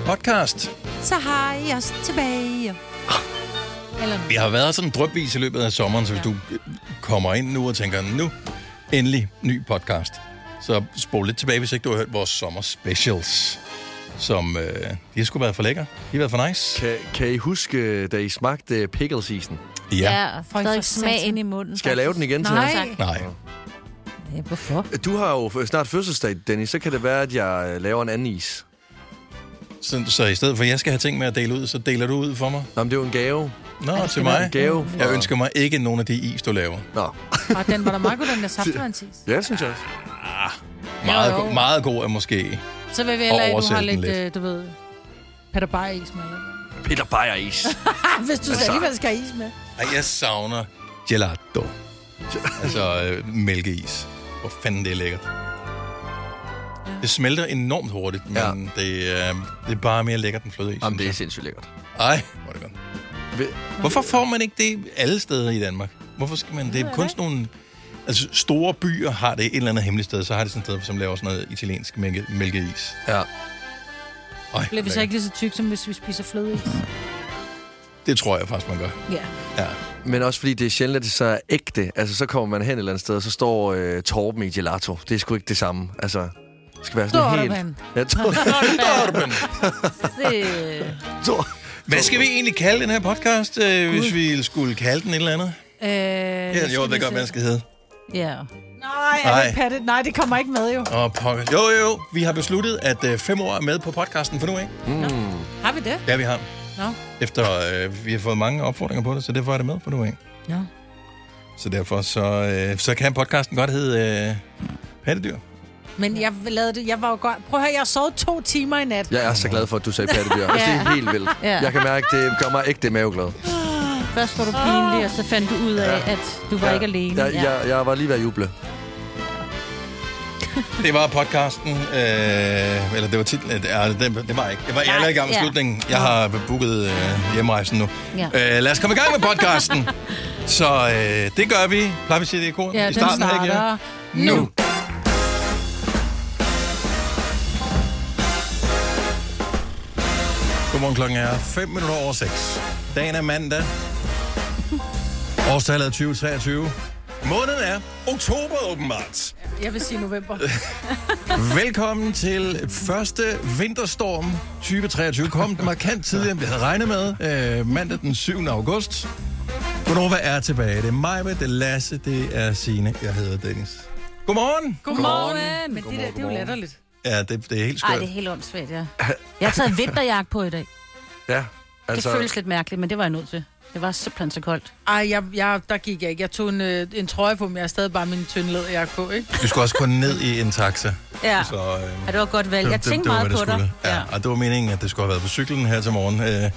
podcast. Så har I os tilbage. Eller... Vi har været sådan drøbvis i løbet af sommeren, så hvis du kommer ind nu og tænker, nu endelig ny podcast, så spol lidt tilbage, hvis ikke du har hørt vores sommerspecials, som de har sgu været for lækker. De har været for nice. Kan I huske, da I smagte pickle-season? Ja. Stadig smagen i munden. Skal jeg lave den igen til Nej. Nej. Ja, hvorfor? Du har jo snart fødselsdag, Dennis. Så kan det være, at jeg laver en anden is. Så i stedet for, at jeg skal have ting med at dele ud, så deler du ud for mig? Nå, men det er jo en gave. Nå, til mig. En gave. Jeg ønsker mig ikke nogen af de is, du laver. Nå. Og den var da meget god, den der saftevandsis. Ja, synes jeg. Meget god er måske. Så vil vi hellere, at du har oversætte den lidt, du ved, Peter Beyer-is med. Peter Beyer-is. Hvis du alligevel skal have is med. Ej, jeg savner gelato. Altså mælkeis. Hvor fanden det er lækkert. Ja. Det smelter enormt hurtigt, men det er bare mere lækkert end flødeis. Jamen, det er sindssygt lækkert. Ej, hvor er det godt. Hvorfor får man ikke det alle steder i Danmark? Hvorfor skal man det? Er kun sådan nogle... Altså, store byer har det et eller andet hemmeligt sted, så har det sådan et sted, som laver sådan noget italiensk mælkeis. Ja. Bliver vi så ikke lige så tyk, som hvis vi spiser flødeis? Det tror jeg faktisk, man gør. Ja. Men også fordi det er sjældent, at det så er ægte. Altså, så kommer man hen et eller andet sted, og så står Torben i gelato. Det er sgu ikke det samme. Altså, det skal være sådan helt... Ja, Torben! Torben! Hvad skal vi egentlig kalde den her podcast, hvis vi skulle kalde den et eller andet? Jo, det gør, hvad den skal hedde. Ja. Nej, det kommer ikke med jo. Jo, vi har besluttet, at 5 år er med på podcasten for nu, ikke? Har vi det? Ja, vi har. Nå. Efter vi har fået mange opfordringer på det, så derfor er det med for nu, ikke? Ja. Så derfor så kan podcasten godt hedde Pattedyr. Men jeg lavede det, jeg var jo godt... Prøv at høre, jeg har sovet 2 timer i nat. Jeg er så glad for, at du sagde pattedyr. Altså, det er helt vildt. Ja. Jeg kan mærke, det gør mig ægte maveglad. Først var du pinlig, og så fandt du ud af, at du var ikke alene. Jeg var lige ved at juble. Det var podcasten, eller det var titlen, det var ikke. Jeg er i gang med slutningen. Jeg har booket hjemrejsen nu. Ja. Lad os komme i gang med podcasten. Så det gør vi. Plejer vi at sige det i kor? Ja, I starten, den starter nu. Godmorgen, klokken er 6:05. Dagen er mandag. Årstallet er 2023. Måneden er oktober, åbenbart. Jeg vil sige november. Velkommen til første vinterstorm 2023. Kom markant tidligere, end vi havde regnet med. Mandag den 7. august. Godnova er tilbage. Det er mig, det er Lasse, det er Signe. Jeg hedder Dennis. Godmorgen. Godmorgen. Men det er jo latterligt. Ja, det er helt skørt. Ej, det er helt åndssvagt, ja. Jeg har taget vinterjakke på i dag. Ja, altså... Det føles lidt mærkeligt, men det var jeg nødt til. Det var simpelthen så koldt. Ej, der gik jeg ikke. Jeg tog en trøje på, men jeg har stadig bare min tynde læderjakke på, ikke? Du skulle også gå ned i en taxa. Ja, så, ja det var godt valg. Jeg tænkte meget på dig. Ja, og det var meningen, at det skulle have været på cyklen her til morgen.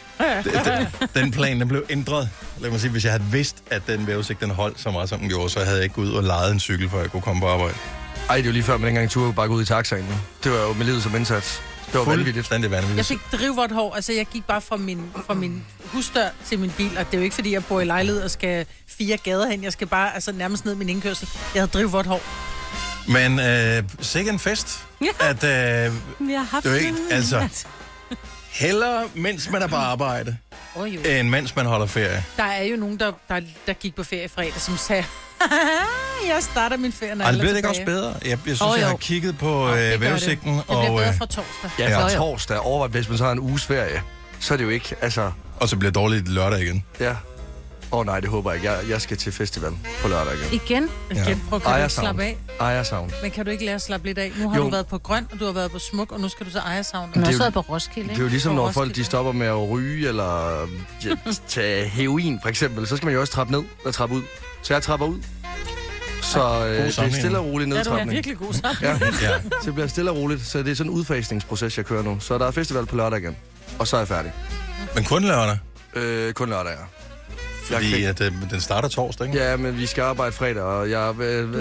Den plan, den blev ændret. Lad mig sige, hvis jeg havde vidst, at den vejrudsigt, den holdt så meget, som den gjorde, så havde jeg ikke gået ud og lejet en cykel, for at jeg kunne komme på arbejde. Ej, det var lige før, man engang turde bare gå ud i taxaen. Det var jo med livet som indsats. Det var vanvittigt. Jeg fik drivvådt hår. Altså, jeg gik bare fra min husdør til min bil, og det er jo ikke, fordi jeg bor i lejlighed og skal 4 gader hen. Jeg skal bare nærmest ned min indkørsel. Jeg havde drivvådt hår. Men sikke en fest, at jeg har haft det er ikke, altså, hellere mens man er på arbejde, end mens man holder ferie. Der er jo nogen, der gik på ferie fredag, som sagde, jeg starter min ferie, når det bliver det ikke også bedre? Jeg synes, jeg har kigget på vejrudsigten. Det bliver bedre fra torsdag. Ja, fra torsdag. Overvej, hvis man så har en uges ferie, så er det jo ikke, altså... Og så bliver det dårligt lørdag igen. Ja. Nej, det håber jeg ikke. Jeg skal til festival på lørdag igen. Igen? Ja. Prøv at slappe af. Ejersound. Men kan du ikke lære at slappe lidt af? Nu har du været på Grøn, og du har været på Smuk, og nu skal du til Ejersound. Du har også været på Roskilde, ikke? Det er jo ligesom, når folk de stopper med at ryge, eller tage heroin, for eksempel. Så skal man jo også trappe ned og trappe ud. Så jeg trapper ud. Så det er stille og roligt nedtrapning. Ja, du er virkelig god sammen. Ja. Så det bliver stille og roligt. Så det er sådan en udfasningsproces, jeg kører nu. Så der er festival på lørdag igen. Og så er jeg færdig. Men kun lørdag? Kun lørdag, ja. Fordi at, den starter torsdag, ikke? Ja, men vi skal arbejde fredag, og jeg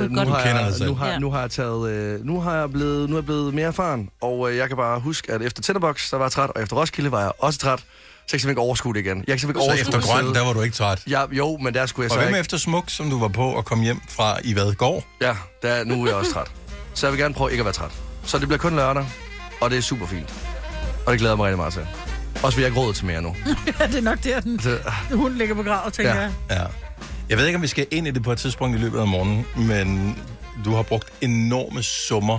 nu har jeg blevet mere erfaren, og jeg kan bare huske, at efter Tænderboks, der var jeg træt, og efter Roskilde var jeg også træt. Så jeg kan simpelthen ikke overskue det igen. Så efter Grøn, der var du ikke træt? Ja, jo, men der skulle jeg og så hvem ikke... efter Smuk, som du var på og kom hjem fra i hvad, går? Ja, nu er jeg også træt. Så jeg vil gerne prøve ikke at være træt. Så det bliver kun lørdag, og det er super fint. Og det glæder jeg mig rigtig meget til. Også fordi jeg gråder til mere nu. Ja, det er nok der, hunden ligger på grav, tænker jeg. Ja. Jeg ved ikke, om vi skal ind i det på et tidspunkt i løbet af morgenen, men du har brugt enorme summer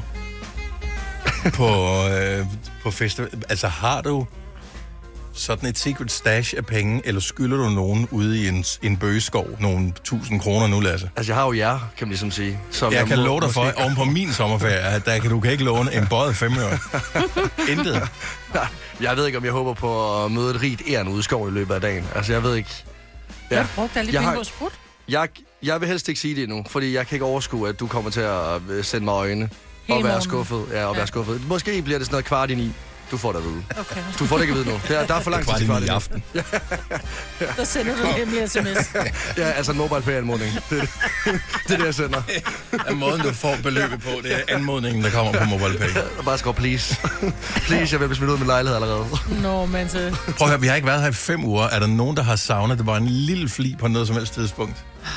på festival. Altså, har du sådan et secret stash af penge, eller skylder du nogen ude i en bøgeskov nogle 1000 kroner nu, Lasse? Altså, jeg har jo jer, kan man ligesom sige. Som jeg kan love dig for, oven på min sommerferie, at du kan ikke låne en bøjet 5 øre. Intet. Jeg ved ikke, om jeg håber på at møde et rigt æren ude i skov i løbet af dagen. Altså, jeg ved ikke. Ja. Jeg har brugt alle de penge på sprut. Jeg vil helst ikke sige det endnu, fordi jeg kan ikke overskue, at du kommer til at sende mig øjne og være skuffet. Ja, og være skuffet. Måske bliver det sådan noget 8:45. Du får det at vide. Okay. Du får det ikke at vide nu. Der er for lang tid til 8:45 i aften. Der sender du en hemmelig sms. Ja, altså en mobile pay-anmodning. Det er det, jeg sender. Ja, måden, du får beløbet på, det er anmodningen, der kommer på mobile pay. Bare skriv, please. Please, jeg vil blive smidt ud med lejlighed allerede. Nå, men så... Prøv at høre, vi har ikke været her i 5 uger. Er der nogen, der har savnet det bare en lille fli på noget som helst tidspunkt?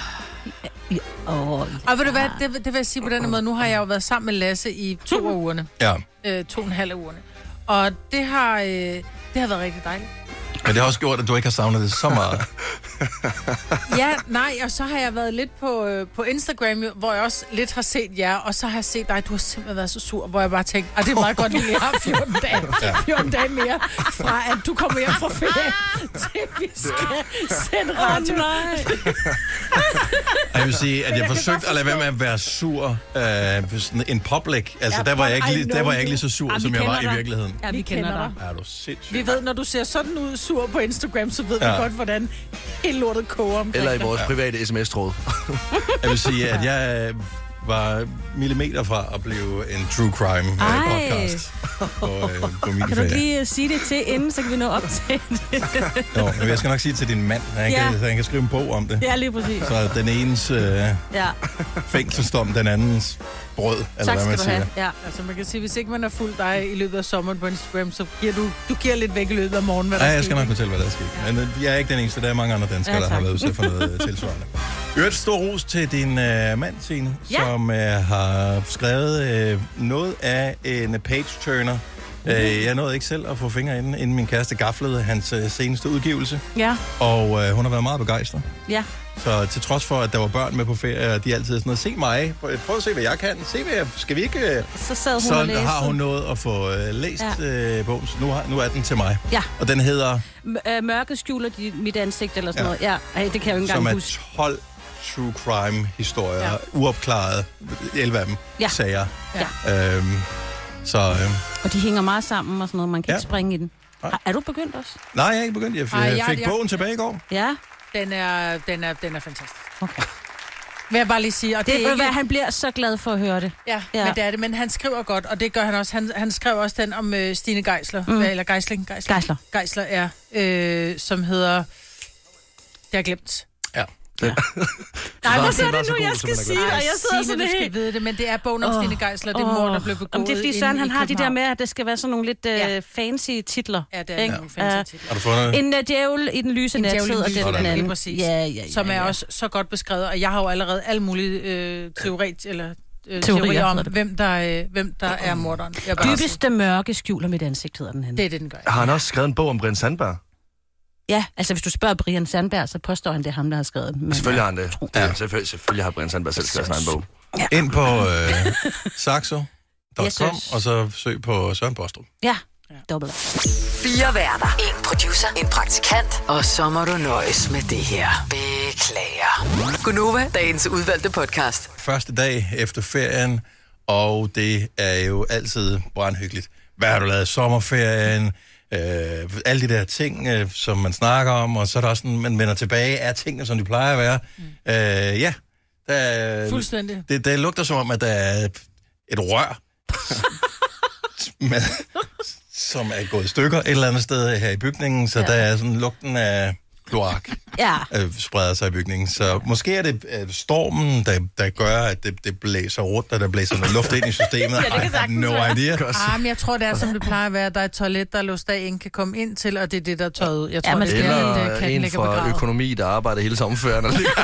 Og ved du hvad, det vil jeg sige på den måde. Nu har jeg jo været sammen med Lasse i 2 af ugerne. Ja. 2,5 af ugerne. Og det har været rigtig dejligt. Men det har også gjort, at du ikke har savnet det så meget. Ja, nej, og så har jeg været lidt på Instagram, hvor jeg også lidt har set jer, og så har jeg set dig, du har simpelthen været så sur, hvor jeg bare tænkte, det er meget godt, at jeg har 14 dage mere, fra at du kommer hjem fra ferie, til vi skal sende radio. Jeg vil sige, at jeg forsøgte at lade være med at være sur in public. Altså, der var jeg ikke lige så sur, som jeg var i virkeligheden. Ja, vi kender dig. Er du sindssygt? Vi ved, når du ser sådan ud sur på Instagram, så ved vi godt, hvordan helt lortet koger omkring. Eller i vores private sms-tråd. Jeg vil sige, at jeg var millimeter fra at blive en true crime podcast på min Kan du lige sige det til, inden så kan vi nå op til det? Jo, men jeg skal nok sige det til din mand, så han kan skrive en bog om det. Ja, lige præcis. Så den enes fængselsdom, den andens brød, eller hvad man siger. Ja. Altså man kan sige, hvis ikke man har fulgt dig i løbet af sommeren på Instagram, så giver du giver lidt væk i løbet af morgenen, hvad der jeg skal nok fortælle, hvad der er sket. Ja. Men jeg er ikke den eneste, der er mange andre danskere, der har været udsat for noget tilsvarende. Et stor ros til din mand, Signe, som har skrevet noget af en page-turner. Jeg nåede ikke selv at få fingre inden min kæreste gaflede hans seneste udgivelse. Ja. Og hun har været meget begejstret. Ja. Så til trods for, at der var børn med på ferie, og de altid sådan noget, se mig, prøv at se, hvad jeg kan. Se, skal vi ikke... Så sad hun og læste. Så har hun nået at få læst bogen, så nu er den til mig. Ja. Og den hedder... Mørket skjuler mit ansigt, eller sådan noget. Ja, det kan jeg jo ikke engang huske. Som er 12 true crime-historier, uopklarede, 11 af dem, sager. Ja. Og de hænger meget sammen og sådan noget, man kan ikke springe i den. Er du begyndt også? Nej, jeg er ikke begyndt. Jeg fik bogen tilbage i går. Ja. Den er fantastisk. Okay. Vil jeg bare lige sige. Og det er ikke... Han bliver så glad for at høre det. Ja, men det er det. Men han skriver godt, og det gør han også. Han skrev også den om Stine Geisler. Eller Geisler, som hedder... Det har jeg glemt. Ja. Nej, hvor er det nu, jeg skal sige det? Jeg sidder sådan helt... skal vide det, men det er bogen om Stine Geisler, det mor, der blev begået. Det er fordi Søren, han har de der med, at det skal være sådan nogle lidt fancy titler. Ja, det er nogle fancy titler. Har du fundet en djævel i den lyse nattid, og den anden. Præcis. Som er også så godt beskrevet, og jeg har jo allerede alle mulige teorier om, hvem der er morderen. Dybeste mørke skjuler mit ansigt, hedder den hen. Det er det, den gør. Har han også skrevet en bog om Brian Sandberg? Ja, altså hvis du spørger Brian Sandberg, så påstår han, det er ham, der har skrevet den. Selvfølgelig har han det. Ja, selvfølgelig har Brian Sandberg selv skrevet en bog. Ja. Ind på saxo.com, og så søg på Søren Bostrup. Ja, dobbelt. 4 værter, 1 producer, 1 praktikant, og så må du nøjes med det her. Beklager. Gunova, dagens udvalgte podcast. Første dag efter ferien, og det er jo altid brandhyggeligt. Hvad har du lavet i sommerferien? Alle de der ting, som man snakker om, og så er der også sådan, man vender tilbage, er tingene, som de plejer at være. Fuldstændig. Det lugter som om, at der er et rør, som er gået i stykker et eller andet sted her i bygningen, så der er sådan lugten af kloak, spreder sig i bygningen. Så måske er det stormen, der gør, at det blæser rundt, og der blæser noget luft ind i systemet. No idea. Men jeg tror, det er, som det plejer at være. Der er et toilet, der er låst af, ingen kan komme ind til, og det er det, der er tøjet ud. Jeg tror, det er katten ligger begravet. En fra økonomi, der arbejder hele sommerferien.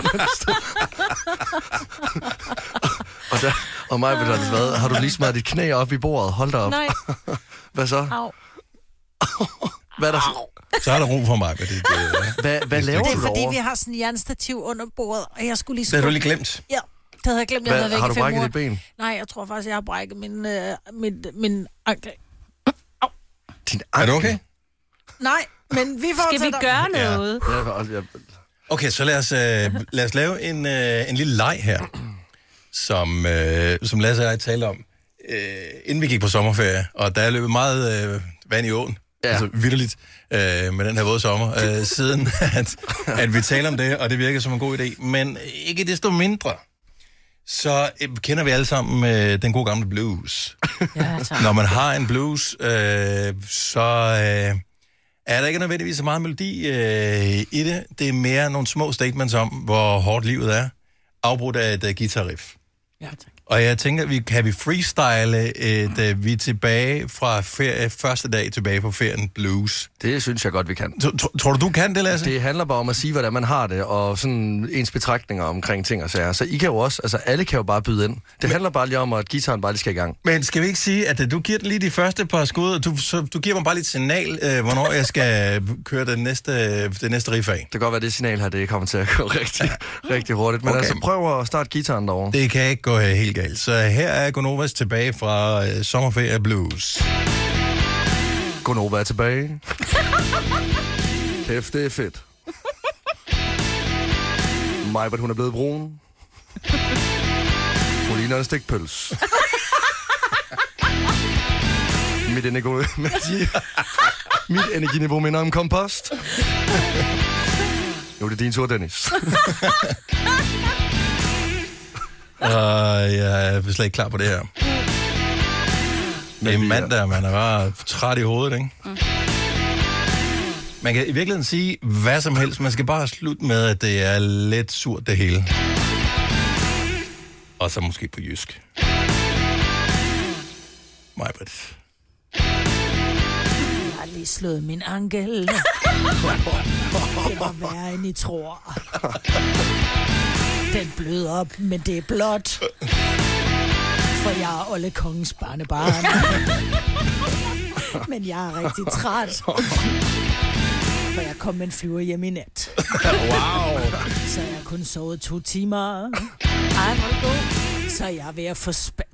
Og mig betyder det, hvad? Har du lige smadret dit knæ op i bordet? Hold da op. Nej. Hvad så? Au. Hvad er der? Så er der ro for mig. Hvad laver du? Det er fordi, vi har sådan en jernstativ under bordet, og jeg skulle lige Det har du lige glemt? Ja, det havde jeg glemt. Jeg havde væk har du i 5 brækket uger. dit ben? Nej, jeg tror faktisk, jeg har brækket min ankel. Din ankel? Er du okay? Nej, men vi fortsætter. Skal vi gøre noget? Ja. Okay, så lad os lave en lille leg her, som Lasse og jeg talte om, inden vi gik på sommerferie. Og der er løbet meget vand i åen, altså vitterligt, med den her våde sommer, siden at vi taler om det, og det virker som en god idé. Men ikke desto mindre, så kender vi alle sammen den gode gamle blues. Ja, når man har en blues, så er der ikke nødvendigvis så meget melodi i det. Det er mere nogle små statements om, hvor hårdt livet er, afbrudt af et guitarriff. Ja, tak. Og jeg tænker, kan vi freestyle vi er tilbage fra ferie, første dag tilbage på ferien blues? Det synes jeg godt, vi kan. Tror du kan det, Lasse? Det handler bare om at sige, hvordan man har det, og sådan ens betragtninger omkring ting og sager. Så I kan jo også, altså alle kan jo bare byde ind. Det handler bare lige om, at guitaren bare lige skal i gang. Men skal vi ikke sige, at du giver lige de første par skud, og du giver mig bare lidt signal, hvornår jeg skal køre det næste riff af? Det kan godt være, det signal her, det kommer til at gå rigtig hurtigt. Men okay. Altså, prøv at starte guitaren derovre. Det kan ikke gå helt galt. Så her er Gonovas tilbage fra sommerferie blues. Gonova er tilbage. Kæft, det er fedt. Majbert, hun er blevet brun. Hun ligner en stikpøls. Mit energiniveau minder om kompost. Jo, det er din tur, Dennis. Jeg er slet ikke klar på det her. Det er mandag, man er bare træt i hovedet, ikke? Man kan i virkeligheden sige hvad som helst. Man skal bare slutte med, at det er lidt surt det hele. Og så måske på jysk. Majbrit. Jeg har lige slået min ankel. Det var værre, end I tror. Den bløder op, men det er blot. For jeg er Olle Kongens barnebarn. Men jeg er rigtig træt. For jeg kom med en flyver hjem i nat. Wow. Så jeg har kun sovet 2 timer. Ej, hvor er det god. Så jeg er ved at få spændt.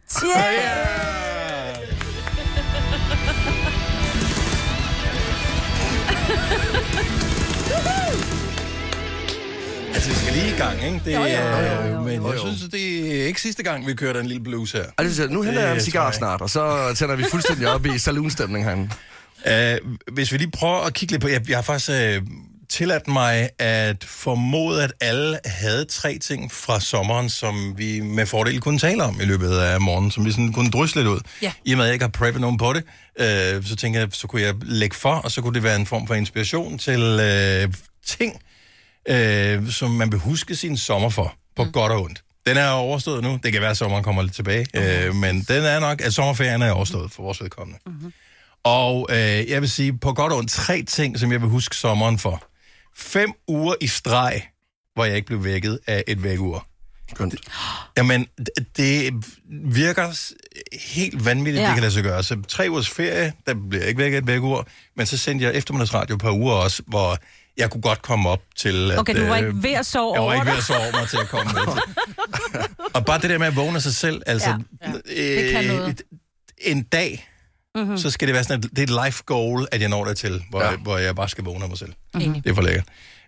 Altså, vi skal lige i gang, ikke? Det, Jo. Men jeg synes, det er ikke sidste gang, vi kører den lille blues her. Altså, nu henter jeg en cigar snart, og så tænder vi fuldstændig op i saloonstemning herinde. Hvis vi lige prøver at kigge lidt på... Jeg har faktisk tilladt mig at formode, at alle havde 3 ting fra sommeren, som vi med fordel kunne tale om i løbet af morgenen, som vi sådan kunne drysse lidt ud. Ja. I og med, at jeg ikke har preppet nogen på det, så tænker jeg, så kunne jeg lægge for, og så kunne det være en form for inspiration til ting, som man vil huske sin sommer for, på godt og ondt. Den er overstået nu. Det kan være, at sommeren kommer lidt tilbage, men den er nok, at sommerferien er overstået for vores vedkommende. Og jeg vil sige, på godt og ondt, 3 ting, som jeg vil huske sommeren for. 5 uger i streg, hvor jeg ikke blev vækket af et vækkeur. Jamen, det virker helt vanvittigt, det kan lade sig gøre. Så 3 ugers ferie, der bliver jeg ikke vækket af et vækkeur, men så sendte jeg eftermiddagsradio et par uger også, hvor jeg kunne godt komme op til... Okay, du var ikke ved at sove over Jeg var ikke ved at sove over mig til at komme med til. Og bare det der med at vågne sig selv, altså... Det kan noget. En dag, så skal det være sådan, det er et life goal, at jeg når dertil, hvor jeg bare skal vågne af mig selv. Det er for lækkert.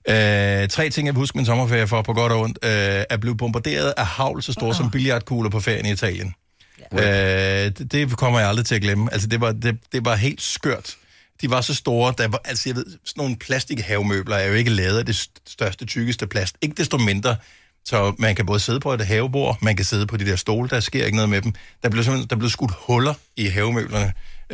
3 ting, jeg vil huske min sommerferie for, på godt og ondt, er blevet bombarderet af hagl så store som billiardkugler på ferien i Italien. Det kommer jeg aldrig til at glemme. Altså, det var helt skørt. De var så store, der var, altså jeg ved, sådan nogle plastikhavemøbler er jo ikke lavet af det største, tykkeste plast. Ikke desto mindre, så man kan både sidde på et havebord, man kan sidde på de der stole, der sker ikke noget med dem. Der blev skudt huller i havemøblerne.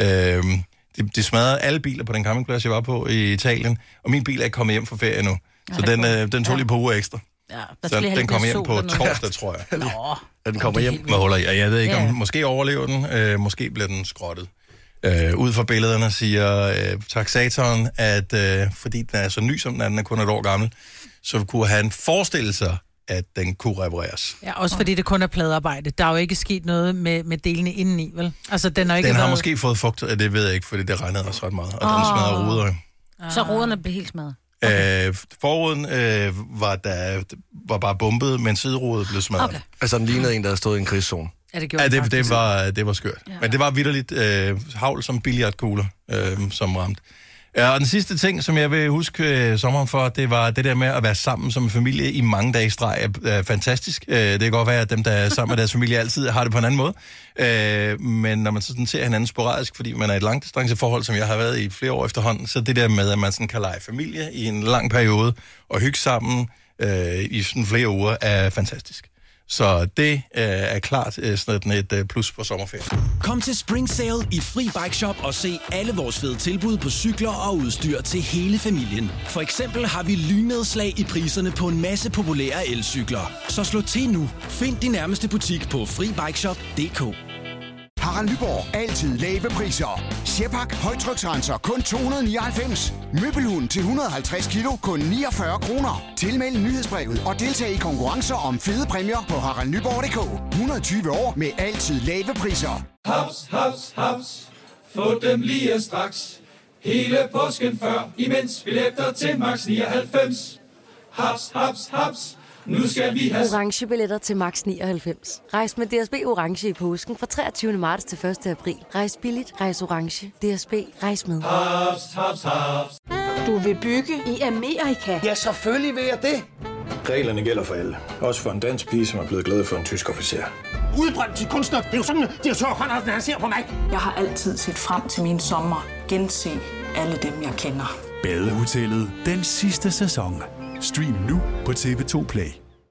De smadrede alle biler på den campingplads, jeg var på i Italien, og min bil er ikke kommet hjem fra ferie nu. Så den tog lige på uger ekstra. Ja, så den kommer hjem på torsdag, tror jeg. Den kommer hjem med huller i. Og jeg ved ikke, om måske overlever den, måske bliver den skrottet. Ud fra billederne siger taksatoren, at fordi den er så ny, som den er kun et år gammel, så kunne han forestille sig, at den kunne repareres. Ja, også fordi det kun er pladearbejde. Der er jo ikke sket noget med delene indeni, vel? Altså, den har har måske fået fugt, det ved jeg ikke, fordi det regnede også ret meget, og den smadrede ruder. Så ruderne blev helt smadret? Okay. Forruden var bare bumpet, men siderudet blev smadret. Okay. Altså, den lignede en, der havde stået i en krigszone. Ja, det var skørt. Ja. Men det var vitterligt havl som billiardkugler, som ramte. Ja, og den sidste ting, som jeg vil huske sommeren for, det var det der med at være sammen som en familie i mange dage i streg. Er fantastisk. Det kan godt være, at dem, der er sammen med deres familie, altid har det på en anden måde. Men når man så sådan ser hinanden sporadisk, fordi man er i et langdistanceforhold, som jeg har været i flere år efterhånden, så det der med, at man sådan kan lege familie i en lang periode og hygge sammen i sådan flere uger, er fantastisk. Så det er klart sådan et plus på sommerferien. Kom til Spring Sale i Fri Bike Shop og se alle vores fede tilbud på cykler og udstyr til hele familien. For eksempel har vi lynnedslag i priserne på en masse populære elcykler. Så slå til nu. Find din nærmeste butik på FriBikeShop.dk. Harald Nyborg. Altid lave priser. Sjehpak højtryksrenser kun 299. Møbelhund til 150 kilo kun 49 kroner. Tilmeld nyhedsbrevet og deltag i konkurrencer om fede præmier på haraldnyborg.dk. 120 år med altid lave priser. Haps, haps, haps. Få dem lige straks. Hele påsken før, imens billetter til max 99. Haps, haps, haps. Nu skal vi have orange billetter til max 99. Rejs med DSB orange i påsken fra 23. marts til 1. april. Rejs billigt, rejs orange. DSB, rejs med. Haps, haps, haps. Du vil bygge i Amerika? Ja, selvfølgelig vil jeg det. Reglerne gælder for alle. Også for en dansk pige, som er blevet glad for en tysk officer. Udbrændt til kunstner. Det er jo sådan, at direktør Conradsen, han ser på mig. Jeg har altid set frem til min sommer. Gense alle dem, jeg kender. Badehotellet. Den sidste sæson. Stream nu på TV2 Play.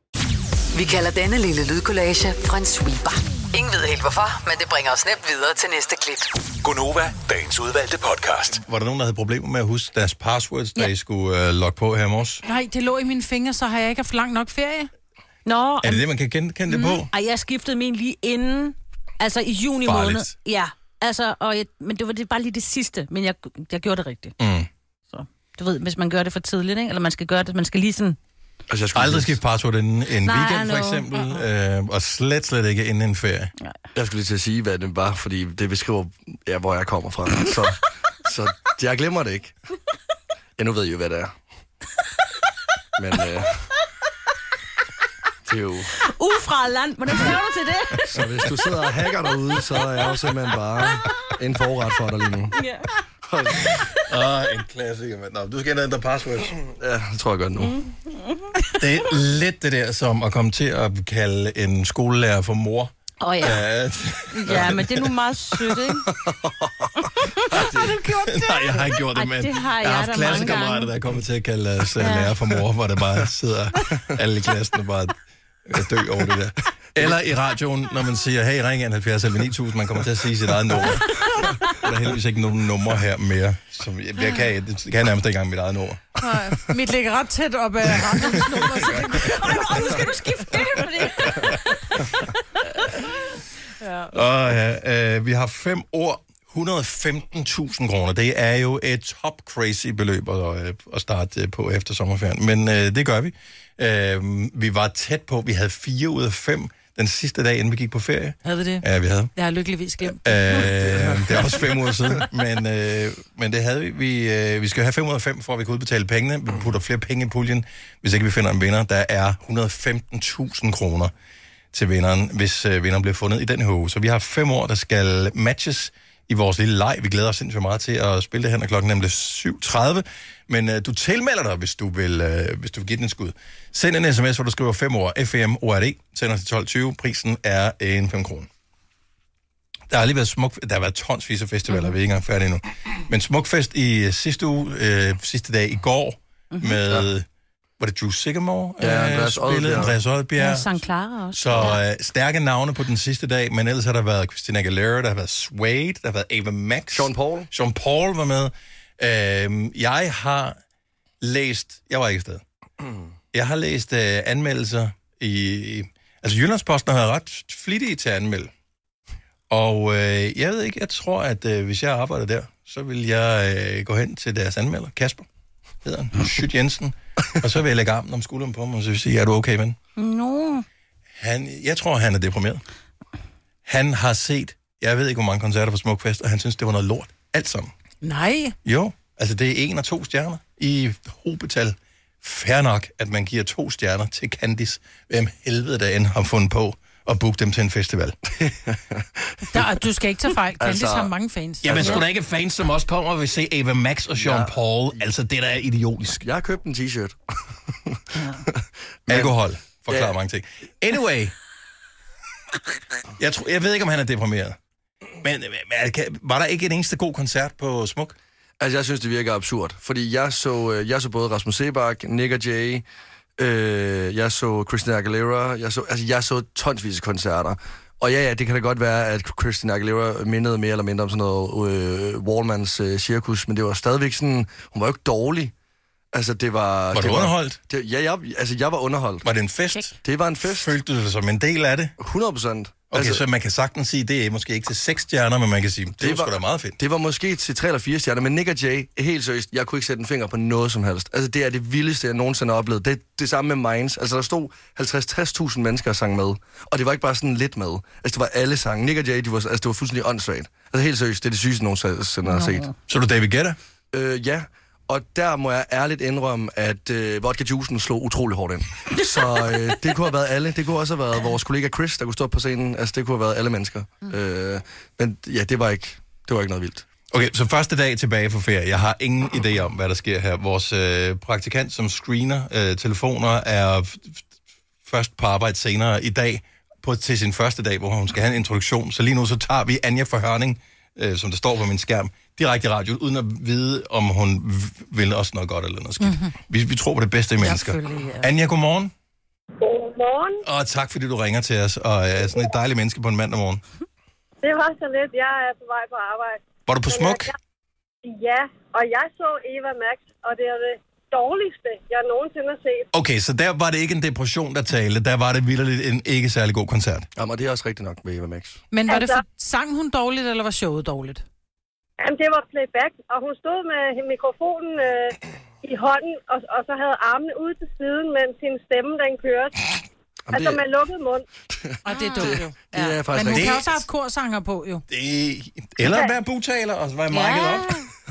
Vi kalder denne lille lydkollage en sweeper. Ingen ved helt hvorfor, men det bringer os nemt videre til næste klip. Gonova, dagens udvalgte podcast. Var der nogen, der havde problemer med at huske deres passwords, da I skulle logge på her i morges? Nej, det lå i mine fingre, så har jeg ikke haft lang nok ferie. Nå, er det man kan kende det på? Ej, jeg skiftede min lige inden, altså i juni måned. Ja, altså, men det var bare lige det sidste, men jeg gjorde det rigtigt. Så du ved, hvis man gør det for tidligt, ikke? Eller man skal gøre det, man skal lige sådan... Altså, jeg skulle aldrig skifte password inden en weekend, for eksempel, og slet ikke inden en ferie. Jeg skulle lige til at sige, hvad det var, fordi det beskriver, hvor jeg kommer fra. Så jeg glemmer det ikke. Ja, nu ved jeg jo, hvad det er. Men det er jo... Ufra land, hvordan skal du til det? Så hvis du sidder og hacker derude, så er jeg jo simpelthen bare en forret for dig lige nu. Ja. En klassiker, mand. Nå, du skal ændre password. Ja, det tror jeg godt nu. Det er lidt det der, som at komme til at kalde en skolelærer for mor. Ja, men det er nu meget sødt, ikke? Har du gjort det? Nej, jeg har ikke gjort det, men det har jeg har haft klassekammerater, der er kommet til at kalde lærer for mor, hvor der bare sidder alle i klassen og bare dø over det der. Eller i radioen, når man siger, hey, ring 70 eller 9000, man kommer til at sige sit eget nummer. Der er heldigvis ikke nogen numre her mere, som jeg kan nærmest ikke engang mit eget nummer. Nej, mit ligger ret tæt op af radioens nummer, så det kunne... nu skal du skifte det, fordi... Vi har 5 år, 115.000 kroner. Det er jo et top crazy beløb at starte på efter sommerferien, men det gør vi. Vi var tæt på, vi havde 4 ud af 5 den sidste dag, inden vi gik på ferie. Havde vi det? Ja, vi havde. Jeg har lykkeligvis glemt. Det er også 5 uger siden, men det havde vi. Vi skal have 5 ud af 5, for at vi kan udbetale pengene. Vi putter flere penge i puljen, hvis ikke vi finder en vinder. Der er 115.000 kroner til vinderen, hvis vinderen bliver fundet i den her uge. Så vi har 5 år, der skal matches i vores lille leg. Vi glæder os sindssygt meget til at spille det her, når klokken nemlig 7.30. Men du tilmelder dig, hvis du vil give den en skud. Send en sms, hvor du skriver 5 år, FM, ORD, sender til 12.20. Prisen er 5 kroner. Der har lige været der har været tonsvis af festivaler, vi er ikke engang færdige nu. Men Smukfest i sidste uge, sidste dag i går, med... Var det Drew Sigamore? Ja, Andreas Odbjerg. Ja, St. Clara også. Så stærke navne på den sidste dag, men ellers har der været Christina Aguilera, der har været Suede, der har været Ava Max. Sean Paul var med. Jeg har læst... Jeg var ikke afsted. Jeg har læst anmeldelser i... Altså, Jyllandsposten har været ret flittige til at anmelde. Og jeg ved ikke, jeg tror, at hvis jeg arbejder der, så vil jeg gå hen til deres anmelder, Kasper. hedder han, Skyt Jensen, og så vil jeg lægge armen om skulderen på ham, og så vil jeg sige, er du okay, ven? No. Jeg tror, han er deprimeret. Han har set, jeg ved ikke, hvor mange koncerter på Smukfest, og han synes, det var noget lort. Alt sammen. Nej. Jo, altså det er 1 og 2 stjerner i hobetal. Fair nok, at man giver 2 stjerner til Candice. Hvem helvede der end har fundet på at booke dem til en festival. Du skal ikke tage fejl. Candice har mange fans. Jamen, skulle der ikke fans, som også kommer og vil se Ava Max og Sean Paul? Altså, det der er idiotisk. Jeg har købt en t-shirt. Alkohol forklarer mange ting. Anyway. Jeg ved ikke, om han er deprimeret. Men var der ikke en eneste god koncert på Smuk? Altså, jeg synes, det virker absurd. Fordi jeg så både Rasmus Seebach, Nick og Jay, jeg så Christina Aguilera, jeg så tonsvis af koncerter. Og ja, det kan da godt være, at Christina Aguilera mindede mere eller mindre om sådan noget Wallmans cirkus, men det var stadigvæk sådan, hun var jo ikke dårlig. Altså, det var... Var du underholdt? Jeg var underholdt. Var det en fest? Det var en fest. Følte du dig som en del af det? 100%. Okay, så man kan sagtens sige, det er måske ikke til 6 stjerner, men man kan sige, det var sgu da meget fedt. Det var måske til 3 eller 4 stjerner, men Nick og Jay, helt seriøst, jeg kunne ikke sætte en finger på noget som helst. Altså, det er det vildeste, jeg nogensinde har oplevet. Det samme med Minds. Altså, der stod 50-60.000 mennesker og sang med. Og det var ikke bare sådan lidt med. Altså, det var alle sange. Nick og Jay, det var fuldstændig åndssvagt. Altså, helt seriøst, det er det sygeste, nogensinde har set. Så du David Guetta? Ja. Og der må jeg ærligt indrømme, at vodka juicen slog utrolig hårdt ind. Så det kunne have været alle. Det kunne også have været vores kollega Chris, der kunne stå på scenen. Altså, det kunne have været alle mennesker. Men ja, det var ikke noget vildt. Okay, så første dag tilbage fra ferie. Jeg har ingen idé om, hvad der sker her. Vores praktikant, som screener telefoner, er først på arbejde senere i dag til sin første dag, hvor hun skal have en introduktion. Så lige nu så tager vi Anja fra Hørning, som der står på min skærm, direkte i radio, uden at vide, om hun vil også noget godt eller noget skidt. Mm-hmm. Vi tror på det bedste i mennesker. Ja. Anja, godmorgen. Godmorgen. Og tak, fordi du ringer til os, og er sådan et dejligt menneske på en mandag morgen. Det var så lidt. Jeg er på vej på arbejde. Var du på Smuk? Ja, og jeg så Ava Max, og det er det dårligste, jeg nogensinde har set. Okay, så der var det ikke en depression, der talte. Der var det vitterligt en ikke særlig god koncert. Jamen, og det er også rigtigt nok med Ava Max. Men var det sang hun dårligt, eller var showet dårligt? Jamen, det var playback, og hun stod med mikrofonen i hånden, og så havde armene ude til siden, mens sin stemme, den kørte. Altså med lukket mund. Og det er dumt jo. Det er faktisk men hun kan også have korsanger på, jo. Eller være bugtaler, og så være mic'et op.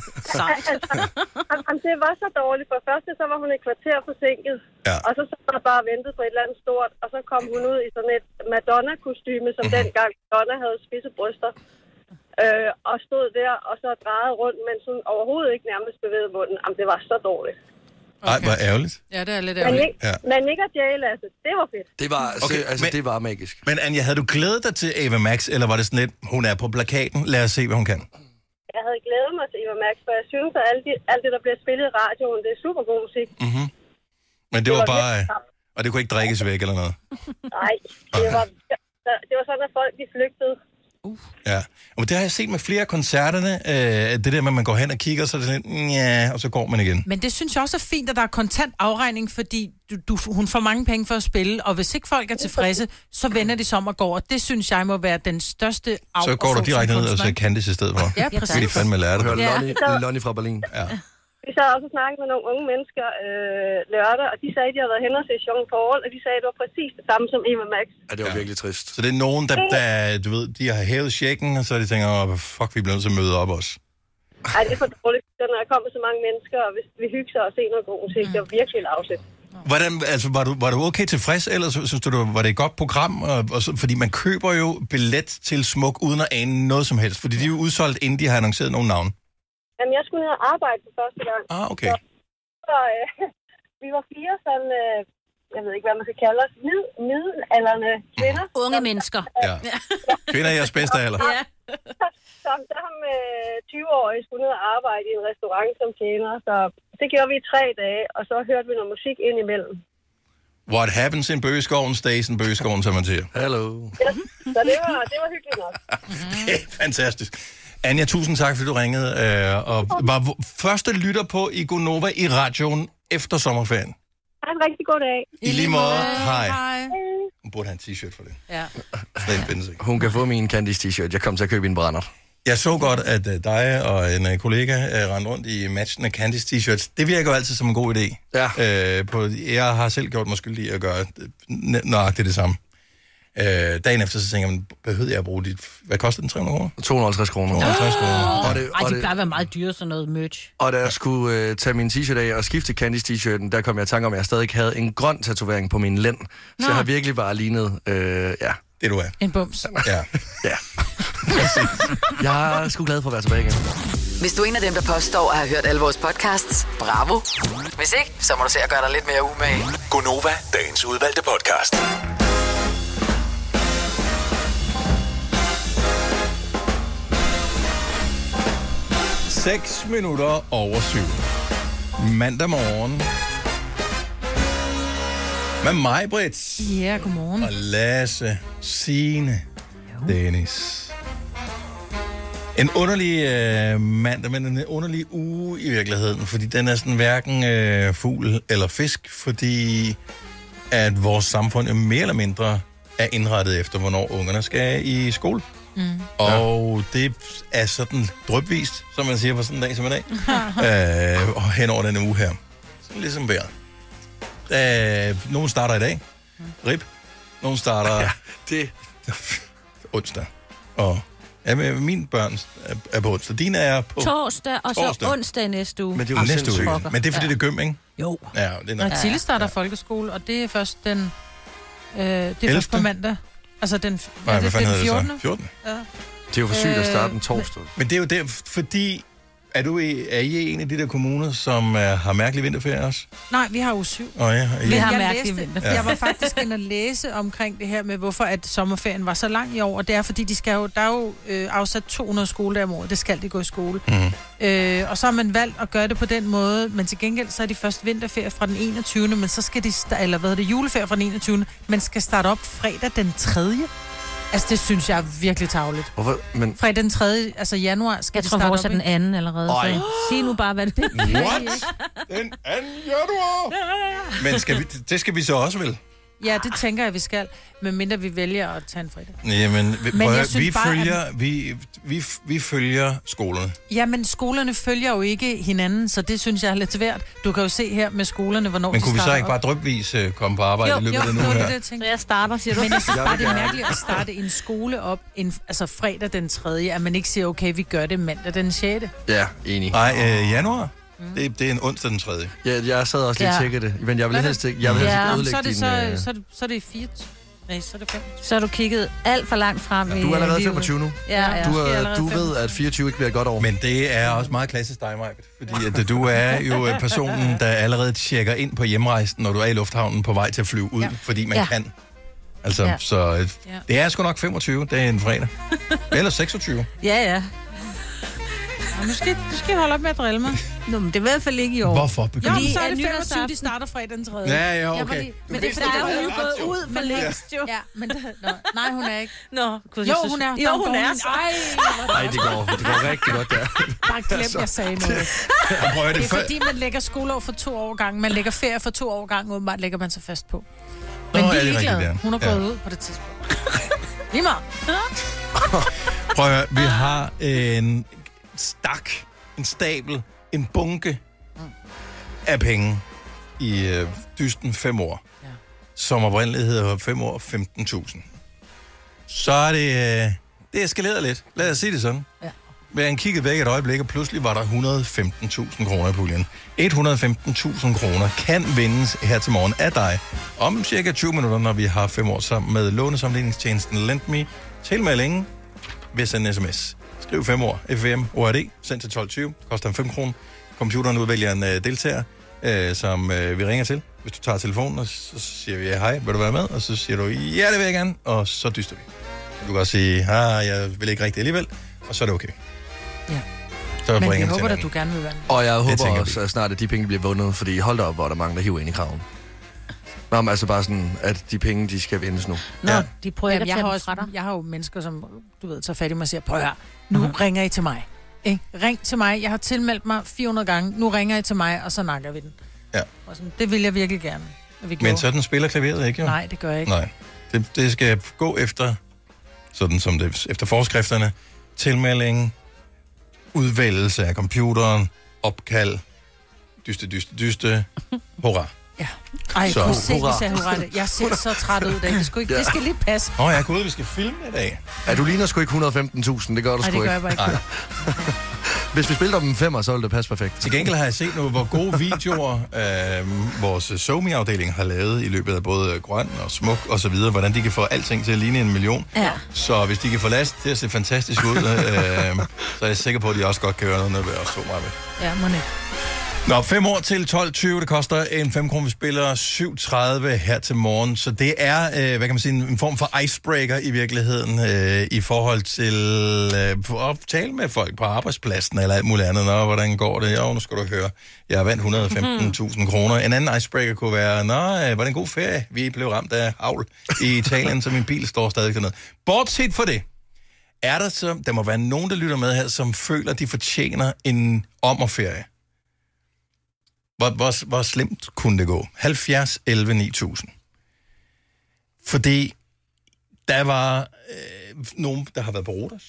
Det var så dårligt. For første, så var hun et kvarter forsinket. Ja. Og så var bare ventet på et eller andet stort. Og så kom hun ud i sådan et Madonna-kostyme, som dengang Madonna havde spidse bryster. Og stod der, og så drejede rundt, men sådan overhovedet ikke nærmest bevægede munden. Jamen, det var så dårligt. Ej, hvor ærgerligt. Ja, det er lidt ærgerligt. Men Nick og Jay, altså, det var fedt. Det var, det var magisk. Men Anja, havde du glædet dig til Ava Max, eller var det sådan lidt, hun er på plakaten, lad os se, hvad hun kan? Jeg havde glædet mig til Ava Max, for jeg synes, at alt det, der bliver spillet i radioen, det er super god musik. Mm-hmm. Men det var bare... Og det kunne ikke drikkes væk eller noget? Nej, det var sådan, at folk de flygtede. Ja, og det har jeg set med flere af koncerterne, det der med, at man går hen og kigger, så er det sådan lidt, ja, og så går man igen. Men det synes jeg også er fint, at der er kontant afregning, fordi hun får mange penge for at spille, og hvis ikke folk er tilfredse, så vender de sig om og går, og det synes jeg må være den største Så går du direkte ned og ser Candice i stedet for. Ja, præcis. Fordi de fandme lærer det. Hør Lonnie fra Berlin. Ja. Vi sad også og snakkede med nogle unge mennesker lørdag, og de sagde, at de havde været hen og set Sean Paul, og de sagde, at det var præcis det samme som Ava Max. Ja, det var virkelig trist. Så det er nogen, der du ved, de har hævet checken, og så de tænker, fuck, vi bliver nødt til at møde op også. Nej, det er for dårligt, når jeg kommer så mange mennesker, og hvis vi hygger sig og ser noget god musik, det var virkelig lavsæt. Hvordan, altså, var du okay tilfreds, eller synes du, var det et godt program? Fordi man køber jo billet til Smuk, uden at ane noget som helst, fordi de er jo udsolgt, inden de har annonceret nogen navn. Jamen, jeg skulle ned og arbejde for første gang. Okay. Så vi var 4 sådan, jeg ved ikke, hvad man skal kalde os, middelaldrende kvinder. Unge mennesker. Ja. Kvinder i jeres bedste alder. Ja. Som 20-årige skulle ned og arbejde i en restaurant som tjener. Så det gjorde vi i 3 dage, og så hørte vi noget musik ind imellem. What happens in Bøgeskoven stays in Bøgeskoven, som man siger. Hello. Ja, så det var hyggeligt nok. Det er fantastisk. Anja, tusind tak, fordi du ringede. Og var første lytter på i Gonova i radioen efter sommerferien. Ha' en rigtig god dag. I lige måde. Hej. Hun burde have en t-shirt for det. Ja. Hun kan få min Candice t-shirt. Jeg kom til at købe en brænder. Jeg så godt, at dig og en kollega rendte rundt i matchende Candice t-shirts. Det virker jo altid som en god idé. Ja. Jeg har selv gjort mig skyldig at gøre nøjagtigt det samme. Dagen efter, så tænker man, behøvede jeg at bruge dit... Hvad koster den? 300 kroner? 250 kroner. 250 kroner. Ej, det plejer at være meget dyre, sådan noget merch. Og da jeg skulle tage min t-shirt af og skifte Candice t-shirten, der kom jeg i tanke om, at jeg stadig havde en grøn tatovering på min lænd. Så jeg har virkelig bare lignet, det du er. En bums. Ja. Ja. Jeg er sgu glad for at være tilbage igen. Hvis du er en af dem, der påstår at have hørt alle vores podcasts, bravo. Hvis ikke, så må du se at gøre dig lidt mere umage. Gonova, dagens udvalgte podcast. Seks minutter over 7. Mandag morgen. Med mig, Britt. Ja, godmorgen. Og Lasse, Signe, Dennis. En underlig mandag, men en underlig uge i virkeligheden, fordi den er sådan hverken fugl eller fisk, fordi at vores samfund jo mere eller mindre er indrettet efter, hvornår ungerne skal i skole. Mm. Og det er sådan drypvist, som man siger på sådan en dag som i dag, og hen over denne uge her. Sådan ligesom vejret. Nogen starter i dag. RIP. Nogen starter onsdag. Og mine børn er på onsdag. Dine er på torsdag, og så onsdag næste uge. Men det er jo næste uge. Men det er fordi, det er gøm, ikke? Jo. Ja, det er Tilly starter folkeskole, og det er først den... det er først på mandag. Altså den... Nej, hvad fanden hedder det så? 14. Ja. Det er jo for sygt at starte en torsdag. Men det er jo der, fordi... Er I en af de der kommuner, som har mærkelig vinterferie også? Nej, vi har jo 7. Vi har mærkelig vinterferie. Jeg var faktisk inde at læse omkring det her med, hvorfor at sommerferien var så lang i år. Og det er, fordi der er jo afsat 200 skoledage om året. Det skal de gå i skole. Mm. Og så har man valgt at gøre det på den måde. Men til gengæld, så er de først vinterferie fra den 21. Men så skal de, juleferie fra den 21. Men skal starte op fredag den 3. Altså, det synes jeg er virkelig tarveligt. Hvorfor? Men... Fredag den 3. altså januar skal det starte op. Jeg tror, den anden allerede. Så. Sig nu bare, hvad det er. What? Den 2. januar? Men det skal vi så også vel? Ja, det tænker jeg, vi skal. Medmindre vi vælger at tage en fredag. Jamen, vi følger skolerne. Jamen, skolerne følger jo ikke hinanden, så det synes jeg er lidt svært. Du kan jo se her med skolerne, hvornår men de kunne vi så ikke op. bare drypvis komme på arbejde i løbet af den uge her? Så jeg starter, siger du. Men jeg synes bare, det er mærkeligt at starte en skole op, altså fredag den 3., at man ikke siger, okay, vi gør det mandag den 6. Ja, enig. Nej, januar? Det er en onsdag den 3. Ja, jeg sad også lige og tjekkede det. Men jeg vil helst ikke ødelægge din... Så er det 4. Nej, så er det 5. Så har du kigget alt for langt frem i... Du er allerede 25 nu. Ja. Du ved, at 24 ikke bliver godt over. Men det er også meget klassisk dig, Mike. Fordi at du er jo personen, der allerede tjekker ind på hjemrejsen, når du er i lufthavnen på vej til at flyve ud, fordi man kan. Altså, så det er sgu nok 25, det er en fredag. Eller 26. Ja. Du skal holde op med at drille mig. Nå, men det er i hvert fald ikke i år. Hvorfor? Jo, så er det 25, de starter fredag den 3. Ja, okay. Men det er fordi, der er jo gået ud for længst, jo. Ja, men nej, hun er ikke. Nå, jo, hun er. Jo, hun er. Nej, det går rigtig godt der. Bare glem, jeg sagde noget. Det er fordi, man lægger skoleår for 2 år gang. Man lægger ferie for 2 år gang, åbenbart lægger man sig fast på. Men vi er ligeglade. Hun er gået ud på det tidspunkt. Lige meget. Prøv at høre, vi har en stak, en stabel, en bunke af penge i dysten 5 år, som oprindeligt hedder 5 år 15.000. Så er det eskaleret lidt. Lad os sige det sådan. Ja. Men han kiggede væk et øjeblik, og pludselig var der 115.000 kroner i puljen. 115.000 kroner kan vindes her til morgen af dig om cirka 20 minutter, når vi har 5 år sammen med lånesamligningstjenesten LendMe. Tilmeldingen ved sende en sms. Skriv 5 år, FM, ORD, send til 12.20, koster 5 kroner. Computeren udvælger en deltager, som vi ringer til. Hvis du tager telefonen, og så siger vi, hej, vil du være med? Og så siger du, ja, det vil jeg gerne, og så dyster vi. Du kan også sige, jeg vil ikke rigtig alligevel, og så er det okay. Ja. Så men jeg håber, at du gerne vil være med. Og jeg håber også at snart, at de penge bliver vundet, fordi hold da op, hvor der mange, der hiver ind i kraven. Nå, altså bare sådan, at de penge, de skal vindes nu. Nå, de prøver at tage fra dig. Jeg har jo mennesker, som, du ved, tager fat i mig og siger, prøv her, nu ringer I til mig. Ring til mig, jeg har tilmeldt mig 400 gange, nu ringer I til mig, og så nakker vi den. Ja. Og sådan, det vil jeg virkelig gerne. Men sådan spiller klaveret ikke, jo? Nej, det gør jeg ikke. Nej, det skal gå efter, sådan som det, efter forskrifterne, tilmelding, udvælgelse af computeren, opkald, dyste, hurra. Ja. Ej, jeg kunne se, hvis jeg hurra det. Jeg ser så træt ud i dag. Det skal lige passe. Jeg kunne vi skal filme i dag. Ja, du ligner sgu ikke 115.000, det gør du sgu ikke. Nej, det gør jeg bare ikke. Hvis vi spiller om en 5'er, så vil det passe perfekt. Til gengæld har jeg set nu, hvor gode videoer vores SoMe-afdeling har lavet i løbet af både grøn og smuk og så videre, hvordan de kan få alting til at ligne 1 million. Ja. Så hvis de kan få last til at se fantastisk ud, så er jeg sikker på, at de også godt kan gøre noget ved os to, Maja. Ja, må ikke. Nå, 5 år til 12.20, det koster en 5 kroner, vi spiller 7.30 her til morgen, så det er, hvad kan man sige, en form for icebreaker i virkeligheden, i forhold til at tale med folk på arbejdspladsen eller alt muligt andet. Nå, hvordan går det? Jo, nu skal du høre, jeg har vandt 115.000 kroner. En anden icebreaker kunne være, var det en god ferie? Vi blev ramt af havl i Italien, så min bil står stadig dernede. Bortset for det, er der så, der må være nogen, der lytter med her, som føler, de fortjener en ommerferie. Hvor slemt kunne det gå? 70, 11, 9000. Fordi der var nogen, der har været på Rodos.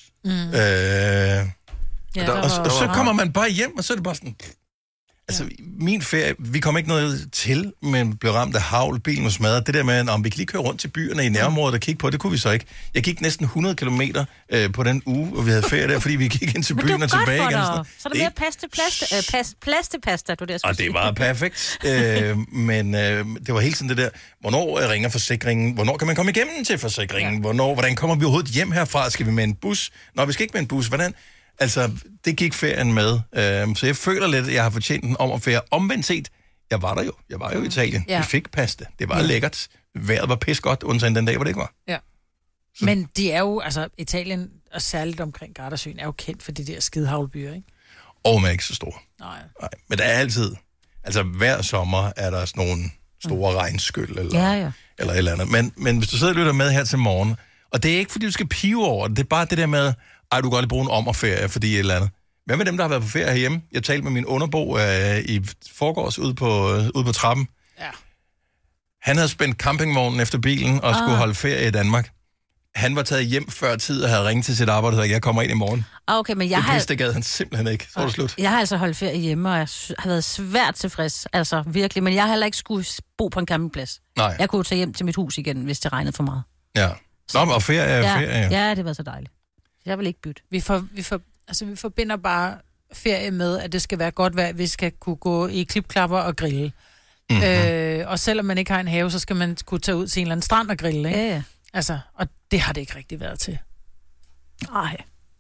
Og så kommer man bare hjem, og så er det bare sådan... Altså, min ferie, vi kom ikke noget til, men blev ramt af havl, bilen var smadret. Det der med, om vi kan lige køre rundt til byerne i nærområdet og kigge på, det kunne vi så ikke. Jeg gik næsten 100 kilometer på den uge, og vi havde ferie der, fordi vi gik ind til byen og tilbage igen. Så er der mere plads til pasta, du der skulle sige. Og det var perfekt. Men det var hele tiden det der, hvornår ringer forsikringen? Hvornår kan man komme igennem til forsikringen? Hvordan kommer vi overhovedet hjem herfra? Skal vi med en bus? Nå, vi skal ikke med en bus. Hvordan? Altså, det gik ferien med. Så jeg føler lidt, at jeg har fortjent den om at ferie. Omvendt set, jeg var der jo. Jeg var jo i Italien. Vi fik pasta. Det var lækkert. Vejret var pis godt, undtagen den dag, hvor det ikke var. Ja. Men de er jo, altså Italien, og særligt omkring Gardasøen, er jo kendt for de der skidehavlbyer, ikke? Og man er ikke så stor. Nej. Men der er altid, altså hver sommer er der sådan nogle store regnskyld eller et eller andet. Men hvis du sidder og lytter med her til morgen, og det er ikke, fordi du skal pive over det, det er bare det der med, du kan godt lige bruge en ommerferie, fordi et eller andet. Hvad med dem, der har været på ferie herhjemme? Jeg talte med min underbo i forgårs ude på trappen. Ja. Han havde spændt campingvognen efter bilen og skulle holde ferie i Danmark. Han var taget hjem før tid og havde ringet til sit arbejde og sagt, jeg kommer ind i morgen. Okay, men det gad han simpelthen ikke. Så var det slut. Jeg har altså holdt ferie hjemme, og jeg har været svært tilfreds. Altså virkelig, men jeg har heller ikke skulle bo på en campingplads. Nej. Jeg kunne tage hjem til mit hus igen, hvis det regnede for meget. Ja. Nå, og ferie er ferie. Ja, det var så dejligt. Jeg vil ikke bytte. Vi forbinder bare ferie med, at det skal være godt vejr, vi skal kunne gå i klipklapper og grille. Mm-hmm. Og selvom man ikke har en have, så skal man kunne tage ud til en eller anden strand og grille, ikke? Ja. Altså, og det har det ikke rigtig været til. Nej.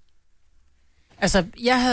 Altså,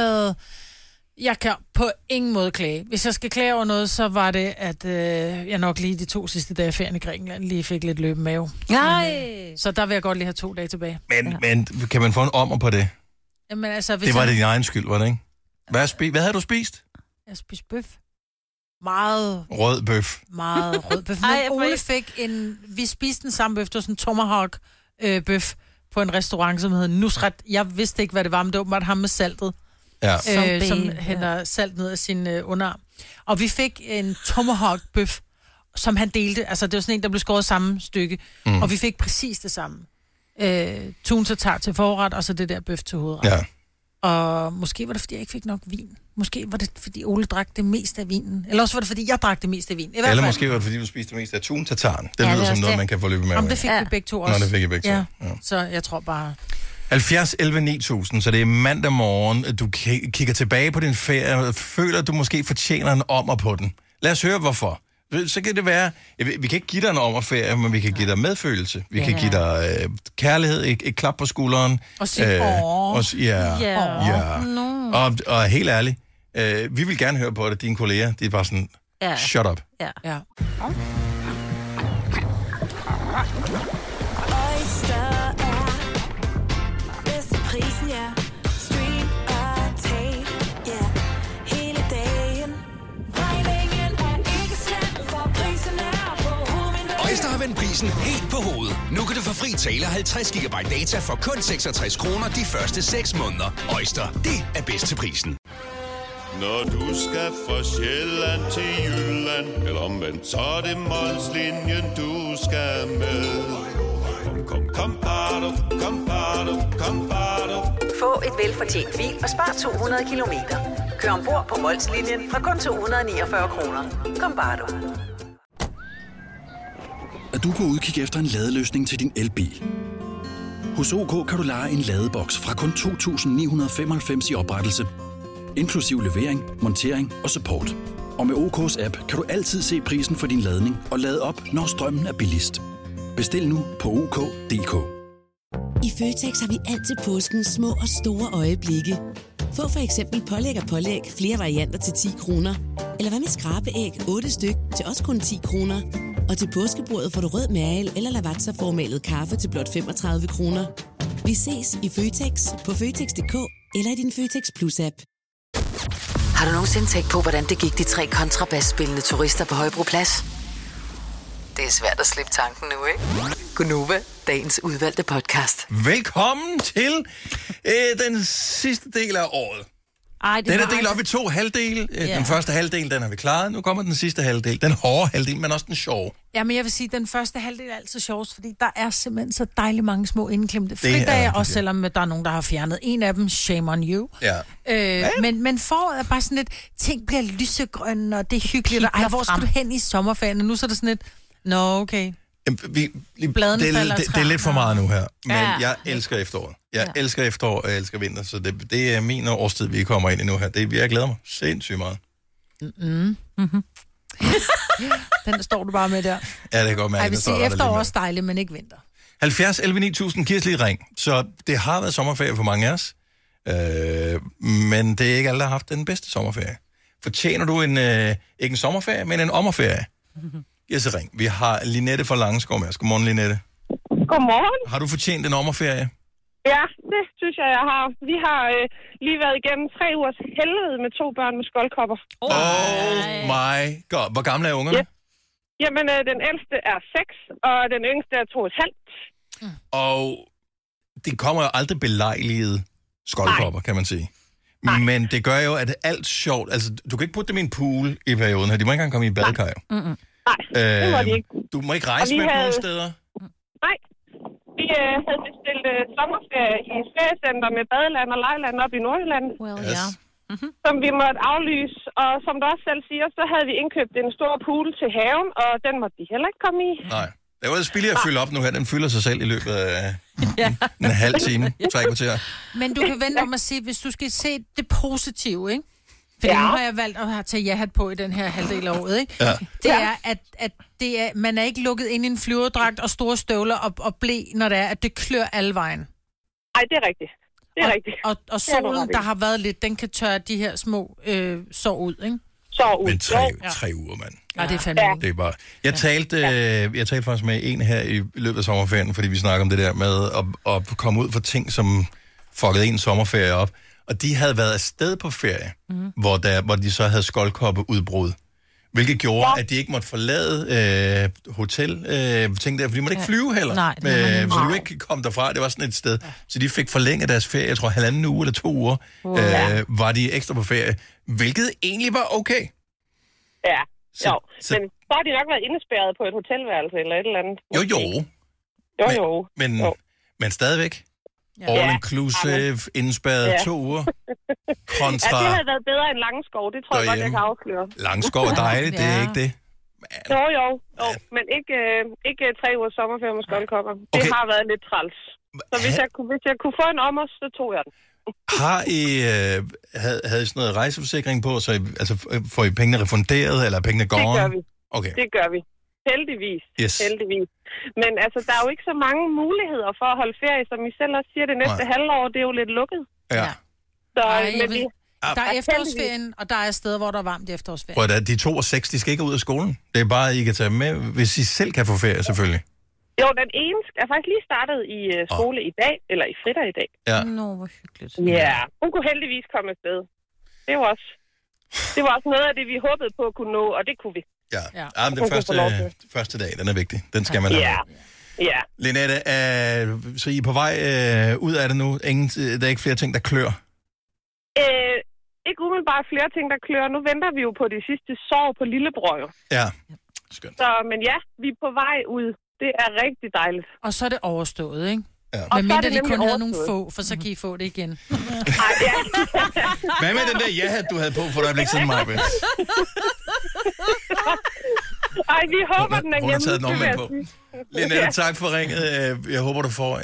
jeg kan på ingen måde klage. Hvis jeg skal klage over noget, så var det, at jeg nok lige de 2 sidste dage af ferien i Grækenland lige fik lidt løbe mave. Nej. Så der vil jeg godt lige have 2 dage tilbage. Men kan man få en ommer på det? Jamen, altså, det var din egen skyld, var det ikke? Hvad havde du spist? Jeg spiste bøf. Meget... Rød bøf. Meget rød bøf. Ole fik vi spiste den samme bøf, det var sådan en tomahawk bøf på en restaurant, som hed Nusret. Jeg vidste ikke, hvad det var, men det var åbenbart ham med saltet. Ja. Som henter salt ned af sin underarm. Og vi fik en tomahawk-bøf, som han delte. Altså, det var sådan en, der blev skåret samme stykke. Og vi fik præcis det samme. Tun tartar til forret, og så det der bøf til hovedret. Ja. Og måske var det, fordi jeg ikke fik nok vin. Måske var det, fordi Ole drak det meste af vinen. Eller også var det, fordi jeg drak det meste af vin. Eller måske var det, fordi du spiste det meste af tun tartaren. Det lyder som noget, man kan få løbet med. Jamen, det fik vi begge to også. Nå, det fik I begge to. Ja. Så jeg tror bare... 70, 11, 9000, så det er mandag morgen. Du kigger tilbage på din ferie og føler, at du måske fortjener en ommer på den. Lad os høre, hvorfor. Så kan det være, vi kan ikke give dig en ommerferie, men vi kan give dig medfølelse. Vi kan give dig kærlighed, et klap på skulderen. Og sige Og helt ærligt, vi vil gerne høre på det. Dine kolleger, de er bare sådan, shut up. Ja. Øjster har vendt prisen helt på hovedet. Nu kan du få fri tale 50 GB data for kun 66 kroner de første 6 måneder. Øjster, det er bedst til prisen. Når du skal fra Sjælland til Jylland, eller omvendt, så er det Molslinjen, du skal med. Kom, bado, kom, bado. Få et velfortjent bil og spar 200 kilometer. Kør ombord på Molslinjen fra kun 249 kroner. Kom bare du. Er du på udkig efter en ladeløsning til din elbil? Hos OK kan du leje en ladeboks fra kun 2.995 i oprettelse, inklusiv levering, montering og support. Og med OK's app kan du altid se prisen for din ladning og lade op, når strømmen er billigst. Bestil nu på OK.dk. I Føtex har vi altid påskens små og store øjeblikke. Få for eksempel pålæg flere varianter til 10 kroner. Eller hvad med skrabeæg 8 styk til også kun 10 kroner. Og til påskebordet får du rød mal eller lavatserformalet kaffe til blot 35 kroner. Vi ses i Føtex på Føtex.dk eller i din Føtex Plus-app. Har du nogensinde tænkt på, hvordan det gik de 3 kontrabasspillende turister på Højbroplads? Det er svært at slippe tanken nu, ikke? Gunova, dagens udvalgte podcast. Velkommen til den sidste del af året. Den er delt op i 2 halvdele. Den første halvdel, den har vi klaret. Nu kommer den sidste halvdel. Den hårde halvdel, men også den sjove. Ja, men jeg vil sige, at den første halvdel er altid sjovest, fordi der er simpelthen så dejligt mange små indklemte fridage, også selvom der er nogen, der har fjernet en af dem. Shame on you. Ja. Men foråret er bare sådan lidt, ting bliver lysegrønne, og det er hyggeligt. Og, hvor skal du hen i sommerferien? Og nu så er det sådan lidt, okay. Det er lidt for meget nu her, men jeg elsker efteråret. Jeg elsker efterår, og jeg elsker vinter, så det er min årstid, vi kommer ind i nu her. Jeg glæder mig sindssygt meget. Den står du bare med der. Ja, det kan godt mærke. Jeg vil sige, efterår også dejligt, men ikke vinter. 70 11 9000, giv os lige ring. Så det har været sommerferie for mange af os, men det er ikke alle, der har haft den bedste sommerferie. Fortjener du ikke en sommerferie, men en ommerferie? Giv os et ring. Vi har Linette fra Langeskov med os. Godmorgen, Linette. Godmorgen. Har du fortjent en ommerferie? Ja, det synes jeg har. Vi har lige været igennem 3 ugers helvede med 2 børn med skoldkopper. My god. Hvor gamle er ungerne? Ja. Jamen, den ældste er 6, og den yngste er 2,5. Og det kommer jo aldrig belejligede skoldkopper, kan man sige. Nej. Men det gør jo, at alt sjovt... Altså, du kan ikke putte dem i en pool i perioden her. De må ikke engang komme i badekar. Nej, det må de ikke. Du må ikke rejse med dem nogen steder? Nej. Vi havde bestilt sommerferie i feriecenter med badeland og lejland op i Nordjylland. Som vi måtte aflyse. Og som du også selv siger, så havde vi indkøbt en stor pool til haven, og den måtte de heller ikke komme i. Nej. Det var billigt at fylde op nu her. Den fylder sig selv i løbet af en halv time, 3 kvarter. Men du kan vente om at sige, hvis du skal se det positive, ikke? Fordi nu har jeg valgt at have taget ja-hat på i den her halvdel af året, ikke? Ja. Det er, at man er ikke lukket ind i en flyverdragt og store støvler og blæ, når det er, at det klør alle vejen. Nej, det er rigtigt. Det er rigtigt. Og solen, der har været lidt, den kan tørre de her små sår ud, ikke? Sår ud. Men 3 uger, mand. Ja, det er fandme. Det er bare... Jeg talte faktisk med en her i løbet af sommerferien, fordi vi snakker om det der med at komme ud for ting, som fuckede en sommerferie op. Og de havde været afsted på ferie, hvor de så havde skoldkoppeudbrud. Hvilket gjorde, at de ikke måtte forlade hotel, ting der, for de måtte ikke flyve heller. Nej, så de ikke kom derfra, det var sådan et sted. Så de fik forlænget deres ferie, jeg tror 1,5 uge eller 2 uger, var de ekstra på ferie. Hvilket egentlig var okay. Ja, men så har de nok været indespærret på et hotelværelse eller et eller andet. Jo. Men stadigvæk. All inclusive, indspærret 2 uger. Kontra... Ja, det havde været bedre end Langeskov, det tror jeg godt, jeg kan afsløre. Langeskov er dejligt, det er ikke det. Jo, men ikke 3 ugers sommerferie med skoldkopper. Det har været lidt træls. Så hvis jeg kunne få en ommer, så tog jeg den. Har I havde I sådan noget rejseforsikring på, så får I pengene refunderet, eller er pengene gone? Det gør vi. Okay. Det gør vi. Heldigvis. Yes. Heldigvis. Men altså, der er jo ikke så mange muligheder for at holde ferie, som I selv også siger, det næste halvår, det er jo lidt lukket. Ja. Så, der er efterårsferien, og der er steder, hvor der er varmt i efterårsferien. Prøv at de 2 og 6, de skal ikke ud af skolen. Det er bare, I kan tage med, hvis I selv kan få ferie, selvfølgelig. Jo, den ene er faktisk lige startet i skole i dag, eller i fritter i dag. Ja. Nå, hvor hyggeligt. Ja, hun kunne heldigvis komme afsted. Det var også noget af det, vi håbede på at kunne nå, og det kunne vi. Ja. Men den første dag, den er vigtig. Den skal man have. Ja. Linette, så I er på vej ud af det nu? Der er ikke flere ting, der klør? Ikke umiddelbart flere ting, der klør. Nu venter vi jo på det sidste sår på lillebror jo. Ja, skønt. Så, men ja, vi er på vej ud. Det er rigtig dejligt. Og så er det overstået, ikke? Ja. Men mindre de kun havde nogle få, for så kan I få det igen. Hvad med den der ja-hat, du havde på for et øjeblik siden, Maja? Ej, vi håber, den er hjemme. Hun har taget den omvendt på. Linette, tak for ringet. Jeg håber, du får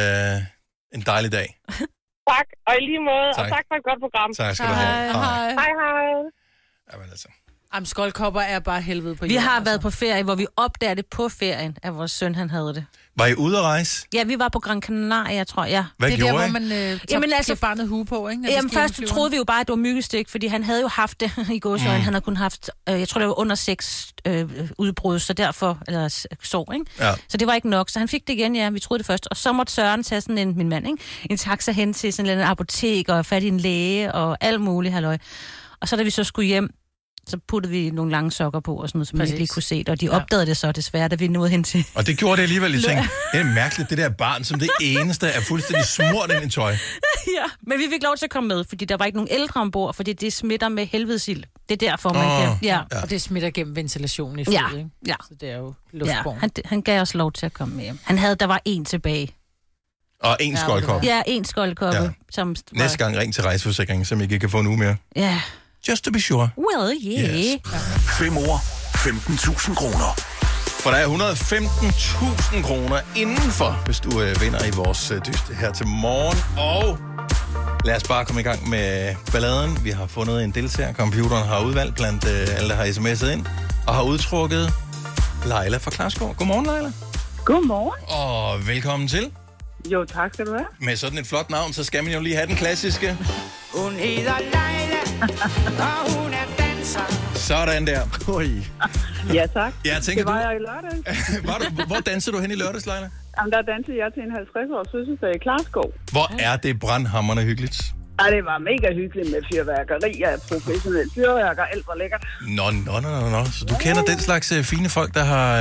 en dejlig dag. Tak, og i lige måde, tak. Og tak for et godt program. Tak skal du have. Hej. Hej. Jamen altså. Skoldkopper er bare helvede på jorden. Vi har været på ferie, hvor vi opdager det på ferien, at vores søn, han havde det. Var I ude at rejse? Ja, vi var på Gran Canaria, tror jeg. Hvad det er gjorde der, I? hvor man tager barnet hue på, ikke? Jamen først troede vi jo bare, at det var myggestik, fordi han havde jo haft det i gåseøjne. Han havde kun haft, jeg tror det var under 6 udbrud, så derfor, eller sår, ikke? Ja. Så det var ikke nok, så han fik det igen, ja, vi troede det først. Og så måtte Søren tage sådan min mand, ikke? En taxa hen til sådan en apotek, og fat i en læge, og alt muligt, halløj. Og så da vi så skulle hjem, så puttede vi nogle lange sokker på, og sådan noget, som man ikke lige kunne se det. Og de opdagede det så desværre, da vi nåede hen til. Og det gjorde det alligevel, jeg tænkte, det er mærkeligt, det der barn, som det eneste er fuldstændig smurt ind i tøj. Ja, men vi fik lov til at komme med, fordi der var ikke nogen ældre ombord, fordi det smitter med helvedesild. Det er derfor, man kan. Ja. Og det smitter gennem ventilationen i flyet, ikke? Ja. Så det er jo luftbåren. Ja, han gav os lov til at komme med. Der var en tilbage. Og en skoldkop. Ja, en skoldkoppe. Ja. Som næste gang ring til rejseforsikringen, som ikke kan få en uge mere. Ja. Just to be sure. Well, yeah. Yes. 5 år, 15.000 kroner. For der er 115.000 kroner indenfor, hvis du vinder i vores dyst her til morgen. Og lad os bare komme i gang med balladen. Vi har fundet en deltager. Computeren har udvalgt blandt alle, der har sms'et ind. Og har udtrukket Leila fra Klarskov. Godmorgen, Leila. Godmorgen. Og velkommen til. Jo, tak skal du have. Med sådan et flot navn, så skal man jo lige have den klassiske. Hun hedder Leila, og hun er danser. Sådan der. Ui. Ja, tak. Det var jeg i lørdag. Hvor dansede du hen i lørdags, Leila? Jamen, der dansede jeg til en 50-års fødselsdag i Klarskov. Hvor er det brandhamrende hyggeligt? Ja, det var mega hyggeligt med fyrværkeri af professionelle fyrværker. Alt var lækkert. Nå. Så du kender den slags fine folk, der har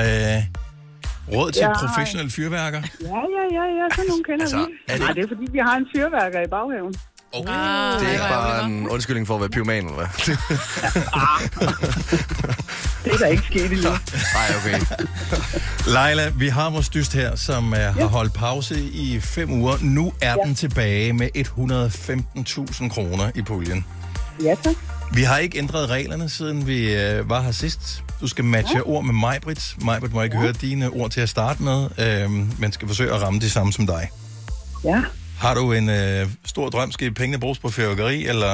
råd til professionelle fyrværker? Ja, sådan nogle kender vi. Nej, det er fordi, vi har en fyrværker i baghaven. Okay. Det er ikke bare en undskyldning for at være pyroman, eller hvad? Det er der ikke sket endnu. Nej, okay. Leila, vi har vores dyst her, som har holdt pause i 5 uger. Nu er den tilbage med 115.000 kroner i puljen. Ja, tak. Vi har ikke ændret reglerne, siden vi var her sidst. Du skal matche ord med Majbrit. Majbrit må ikke høre dine ord til at starte med, men skal forsøge at ramme de samme som dig. Ja. Har du en stor drøm? Skal pengene bruges på fyrværkeri, eller?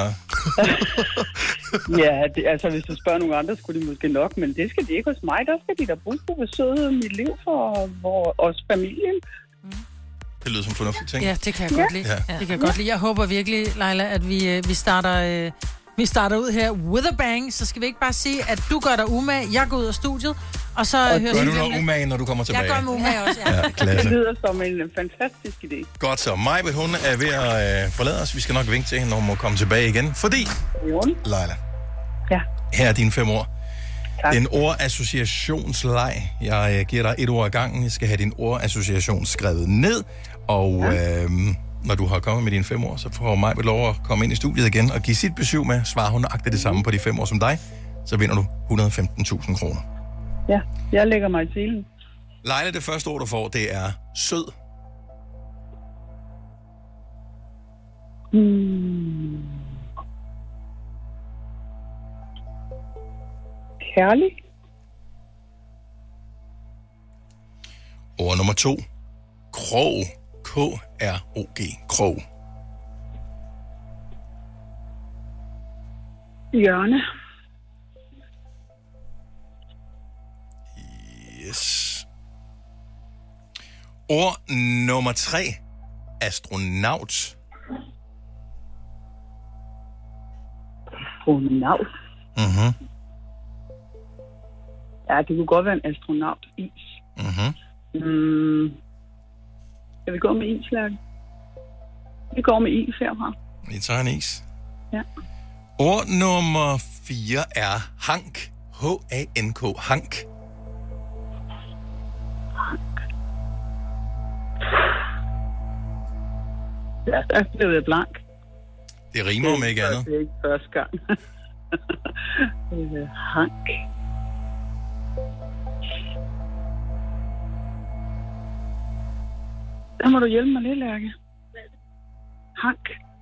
Ja, hvis du spørger nogle andre, skulle de måske nok, men det skal de ikke hos mig. Der skal de da bruge på at søde mit liv for os familien. Det lyder som fornuftigt ting. Ja, det kan jeg godt lide. Ja. Det kan jeg godt lide. Jeg håber virkelig, Leila, at vi starter ud her with a bang. Så skal vi ikke bare sige, at du gør dig umage, jeg går ud af studiet, og så hører gør du noget umage, når du kommer tilbage? Jeg gør mig umage også, ja. Det lyder som en fantastisk idé. Godt så. Majbet, hun er ved at forlade os. Vi skal nok vinke til hende, når hun må komme tilbage igen. Fordi, Leila, her er dine 5 ord. Tak. Det er en ordassociationsleg. Jeg giver dig 1 ord ad gangen. Jeg skal have din ordassociation skrevet ned. Og når du har kommet med dine 5 ord, så får Majbet lov at komme ind i studiet igen og give sit besøg med. Svarer hun nøjagtigt det samme på de 5 ord som dig, så vinder du 115.000 kroner. Ja, jeg lægger mig i tilen. Leila, det første ord, du får, det er sød. Kærlig. Ord nummer 2. Krog. K-R-O-G. Krog. Hjørne. Yes. Ord nummer 3. Astronaut. Astronaut. Mhm. Ja, det kunne godt være en astronaut. Is. Mhm. Skal vi gå med is, Lærke? Vi går med is herfra. Vi tager en is. Ja. Ord nummer 4 er hank. H-A-N-K. Hank. Ja, der blev jeg blank. Det rimer om ikke andet. Det er ikke første gang. Hank. Der må du hjælpe mig lidt, Lærke. Hank.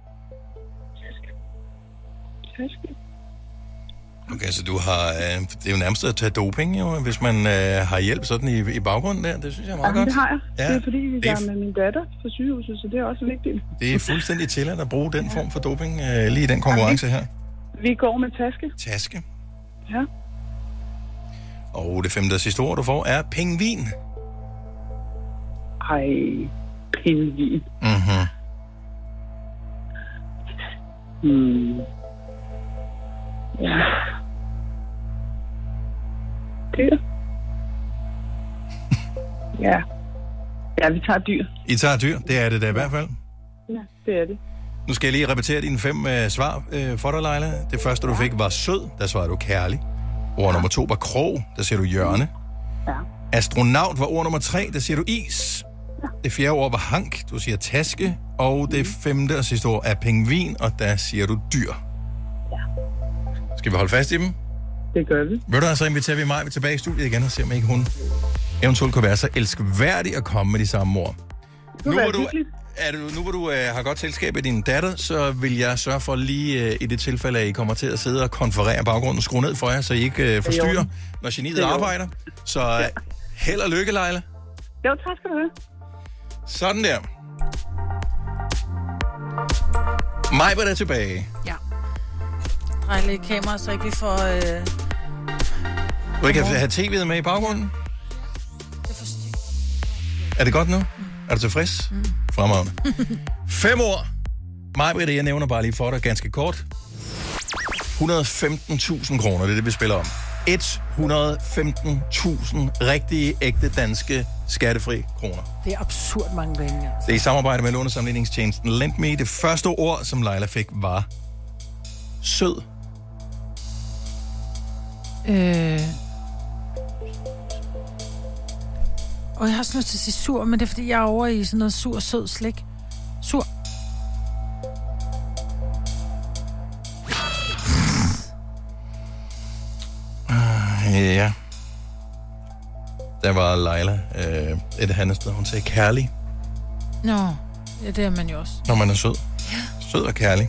Taske. Okay, så du har... det er jo nærmest at tage doping, jo, hvis man har hjælp sådan i baggrunden der. Det synes jeg er meget godt. Det har jeg. Ja, det er fordi, vi er med min datter på sygehuset, så det er også vigtigt. Det er fuldstændig tilladt at bruge den form for doping lige i den konkurrence her. Vi går med taske. Taske. Ja. Og det 5. og sidste ord, du får, er pingvin. Ej, pingvin. Mhm. Ja. Dyr. Ja. Ja, vi tager dyr. I tager dyr, det er det da i hvert fald. Ja, det er det. Nu skal jeg lige repetere dine 5 svar for dig, Leila. Det første, du fik, var sød. Der svarede du kærlig. Ord nummer 2 var krog. Der siger du hjørne. Ja. Astronaut var ord nummer 3. Der siger du is. Ja. Det 4. ord var hank. Du siger taske. Og det 5. og sidste ord er pingvin. Og der siger du dyr. Ja. Skal vi holde fast i dem? Det gør vi. Ved du, så inviterer vi mig tilbage i studiet igen og ser, om ikke hun eventuelt kunne være så elskværdig at komme med de samme ord. Nu hvor du har godt selskab af din datter, så vil jeg sørge for lige i det tilfælde, at I kommer til at sidde og konferere baggrunden og skrue ned for jer, så I ikke forstyrrer, når geniet arbejder. Så held og lykke, Leila. Jo, tak skal du have. Sådan der. Majbert er tilbage. Ja. Drej lidt kamera, så ikke vi får... Du ikke have tv'et med i baggrunden? Det forstyrrer. Er det godt nu? Er du tilfreds? Fremragende. 5 ord. Majbert, jeg nævner bare lige for dig ganske kort. 115.000 kroner, det er det, vi spiller om. 115.000 rigtige, ægte danske skattefri kroner. Det er absurd mange penge. Altså. Det er i samarbejde med lånesamligningstjenesten LendMe. Det første ord, som Leila fik, var sød. Og jeg har sådan lyst til at sige sur, men det er fordi, jeg er over i sådan noget sur-sød slik. Sur. Ja. Der var Leila et andet sted. Hun sagde kærlig. Nå, ja, det er man jo også. Når man er sød. Ja. Sød og kærlig.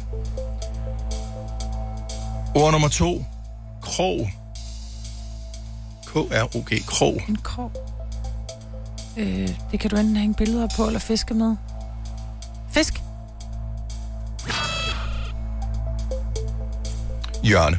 Ord nummer 2. Krog. K-R-O-G. Krog. En krog. Det kan du enten hænge billeder på eller fiske med. Fisk. Hjørne.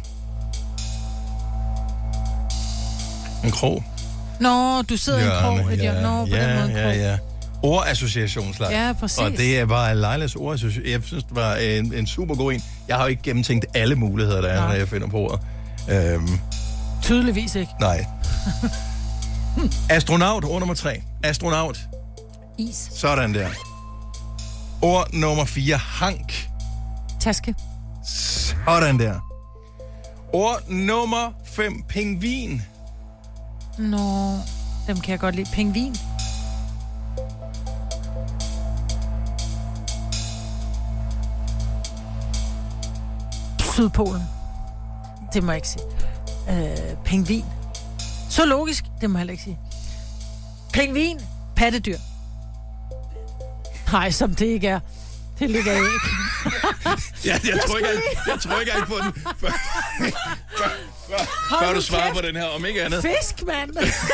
En krog. Nå, du sidder i en krog. Et hjørne. Nå, på den måde en krog. Ja. Ordassociationsleg. Ja, præcis. Og det var Leilas ordassociation. Jeg synes, det var en super god en. Jeg har jo ikke gennemtænkt alle muligheder, der er, når jeg finder på ordet. Tydeligvis ikke. Nej. Astronaut, ord nummer 3. Astronaut. Is. Sådan der. Ord nummer 4. Hank. Taske. Sådan der. Ord nummer 5. Pingvin. Nå, dem kan jeg godt lide. Pingvin. Sydpolen. Det må jeg ikke sige. Pingvin. Så logisk, det må jeg heller ikke sige. Pingvin. Pattedyr. Nej, som det ikke er. Det ligger jeg ikke. Jeg tror ikke, jeg på den. Før du svarer på den her, om ikke andet. Fisk, mand.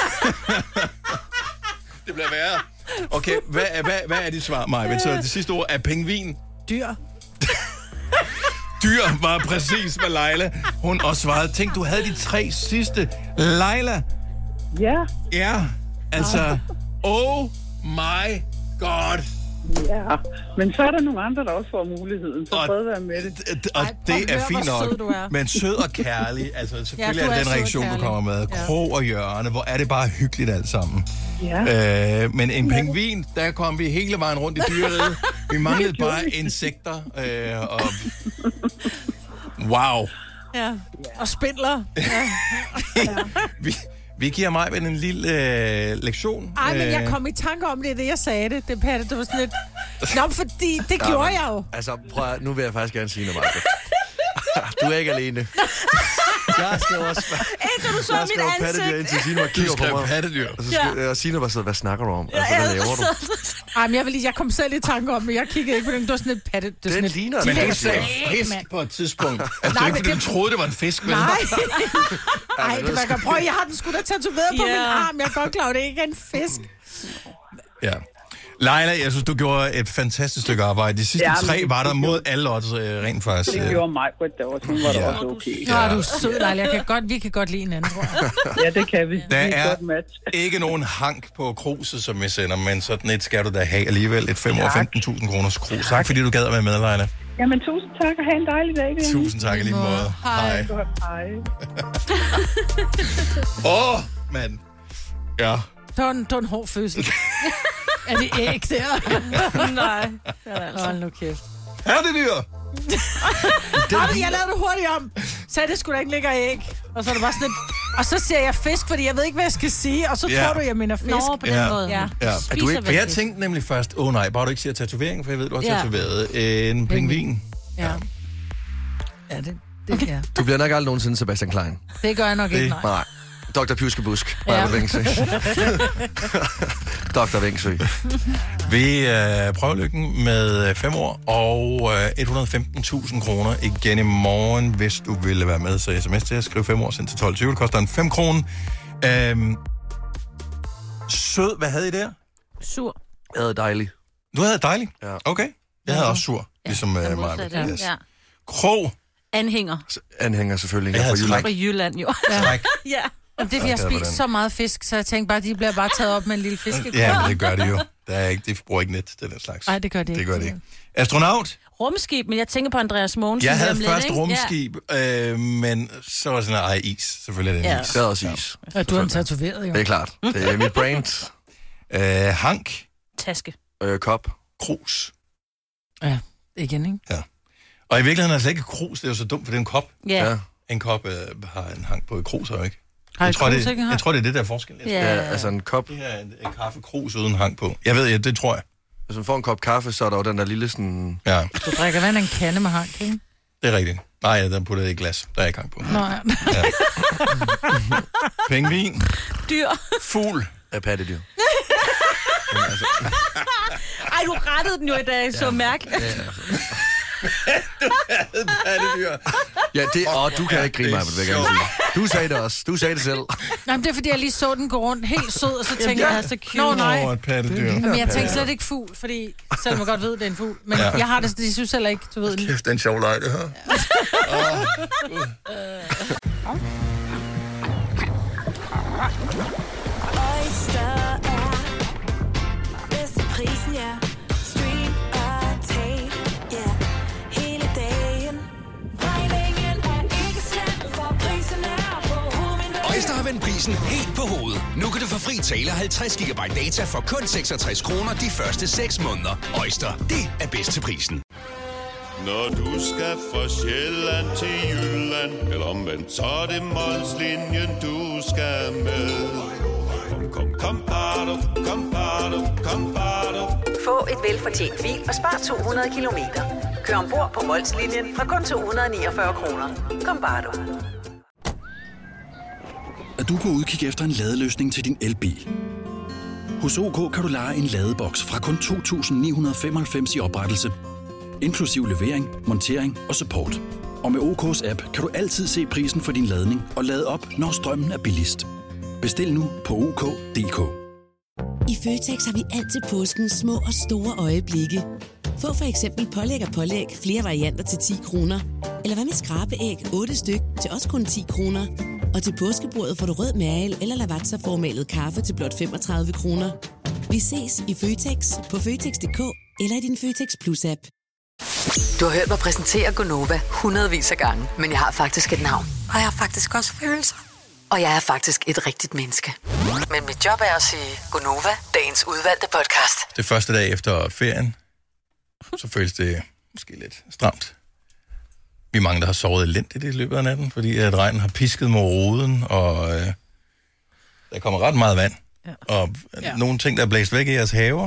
Det bliver værre. Okay, hvad er dit svar, Maja? Så det sidste ord er pingvin. Dyr. Dyr var præcis, hvad Leila hun også svarede. Tænk, du havde de 3 sidste. Leila. Ja. Ja, altså, oh my god. Ja, men så er der nogle andre, der også får muligheden, så prøv at være med det. Og det er fint nok, men sød og kærlig, altså selvfølgelig er den reaktion, du kommer med. Krog og hjørne, hvor er det bare hyggeligt alt sammen. Ja. Men en pingvin, der kom vi hele vejen rundt i dyreriget. Vi manglede bare insekter. Og wow. Ja, og spindler. Ja. Vi giver mig en lille lektion. Ej, men jeg kom i tanke om det jeg sagde det. Det var sådan lidt... Nå, fordi det gjorde jeg jo. Altså, prøv at, nu vil jeg faktisk gerne sige noget, Marco. Du er ikke alene. Jeg skrev også... Ikke, du så mit ansigt. Indtil Signe var kigger på mig. Pattedyr. Og så skrev Signe bare sådan, hvad snakker du om? Altså, hvad laver du? Jeg kom selv i tanke om, men jeg kiggede ikke på den. Det var sådan et patte. Den ligner men du sagde fisk på et tidspunkt. Altså, det er ikke, fordi du troede, det var en fisk, vel? Nej. Ej, det var godt. Prøv, jeg har den sgu da tatoveret på min arm. Jeg kan godt klare, det ikke er en fisk. Ja. Leila, jeg synes, du gjorde et fantastisk stykke arbejde. De sidste 3 var der mod alle odds, rent faktisk. Det gjorde mig på et dag, så hun var der også okay. Ja, du er sød, Leila. Vi kan godt lide hinanden, tror jeg. Ja, det kan vi. Der er ikke nogen hank på kruset, som vi sender, men sådan et skal du da have alligevel. Et 5 år 15.000 kroners krus. Tak, fordi du gad at være med, Leila. Jamen, tusind tak, og have en dejlig dag. Tusind tak i lige måde. Hej. Hej. Mand. Ja. Det var en hård fødsel. Er det æg der? Nej. Hold nu kæft. Er det dyr? Jeg lavede det hurtigt om. Så det skulle da ikke ligge æg. Og så er det bare sådan et... Og så siger jeg fisk, fordi jeg ved ikke, hvad jeg skal sige. Og så tror du, jeg mener fisk. Nå, på den måde. Ja. Er du ikke, for jeg tænkte nemlig først, nej, bare du ikke siger tatovering, for jeg ved, du har tatoveret en pingvin. Ja. Ja, det kan jeg. Du bliver nok aldrig nogensinde Sebastian Klein. Det gør jeg nok ikke, nej. Dr. Pjuskebusk. Ja. Dr. Vingsø. Vi prøver lykken med 5 år og 115.000 kroner igen i morgen, hvis du ville være med. Så sms til at skrive 5 år sendt til 12.20. Det koster en 5 kroner. Sød, hvad havde I der? Sur. Jeg havde dejlig. Du havde dejlig? Ja. Okay. Jeg havde også sur, ligesom mig. Ja. Krog. Anhænger. Anhænger selvfølgelig. Jeg havde fra Jylland, jo. Ja. Og det er, fordi jeg spist så meget fisk, så jeg tænkte bare, de bliver bare taget op med en lille fiskekur. Ja, men det gør det jo. De bruger ikke net, den slags. Nej, det gør det ikke. Det gør det ikke. Astronaut? Rumskib, men jeg tænker på Andreas Mogensen. Jeg havde først rumskib, men så var sådan is. Selvfølgelig er det is. Det er også is. Ja, du har den tatoveret, jo. Det er klart. Det er mit brand. Hank? Taske. Kop. Krus. Ja, igen, ikke? Ja. Og i virkeligheden er det slet ikke krus, det er jo så dumt, for det er en kop. Ja. En kop har en hank på, et krus har jo ikke. Jeg tror, det er det, der er forskel. Ja, altså en kop. Det er en kaffekrus uden hang på. Jeg ved, det tror jeg. Hvis man får en kop kaffe, så er der jo den der lille sådan... Ja. Du drikker vand af en kande med hang, ikke? Det er rigtigt. Nej, den putter i glas. Der er ikke hang på. Nå ja. Pingvin. Dyr. Fugl. Er pattedyr. Ej, du rettede den jo i dag, så mærkeligt. Du havde pattedyr. Ja, du kan ikke grine mig, vil jeg gerne sige. Du sagde det også. Du sagde det selv. Nej, men det er, fordi jeg lige så den gå rundt helt sød, og så tænkte jeg, så cute. Nå, nej. Et pattedyr. Men jeg tænkte slet ikke fugl, fordi selvom jeg godt ved, det er en fugl. Men jeg har det, de synes heller ikke, du ved. Kæft, det er en sjov leg, det her. Oyster er bedst til prisen, ja. Stream og tag, ja. Hele dagen. Regningen er ikke slem, for prisen er på hovedet. Oyster har vendt prisen helt på hovedet. Nu kan du få fri tale 50 GB data for kun 66 kroner de første 6 måneder. Oyster, det er bedst til prisen. Når du skal fra Sjælland til Jylland, eller omvendt, så er det Molslinjen, du skal med. Kom, bado, kom, bado. Få et velfortjent bil og spar 200 kilometer. Kør ombord på Molslinjen fra kun 249 kroner. Kom, bado. Er du på udkig efter en ladeløsning til din elbil? Hos OK kan du leje en ladeboks fra kun 2.995 i oprettelse, inklusiv levering, montering og support. Og med OK's app kan du altid se prisen for din ladning og lade op, når strømmen er billigst. Bestil nu på OK.dk. I Føtex har vi altid påsken små og store øjeblikke. Få for eksempel pålæg flere varianter til 10 kroner. Eller hvad med skrabeæg 8 styk til også kun 10 kroner. Og til påskebordet får du rød mal eller lavatserformalet kaffe til blot 35 kroner. Vi ses i Føtex på Føtex.dk eller i din Føtex Plus-app. Du har hørt mig præsentere Gonova hundredvis af gange, men jeg har faktisk et navn. Og jeg har faktisk også følelser. Og jeg er faktisk et rigtigt menneske. Men mit job er at sige Gonova, dagens udvalgte podcast. Det første dag efter ferien, så føles det måske lidt stramt. Vi er mange, der har sovet elendigt i løbet af natten, fordi at regnen har pisket mod ruden, og der kommer ret meget vand. Ja. Og nogle ting, der er blæst væk i jeres haver.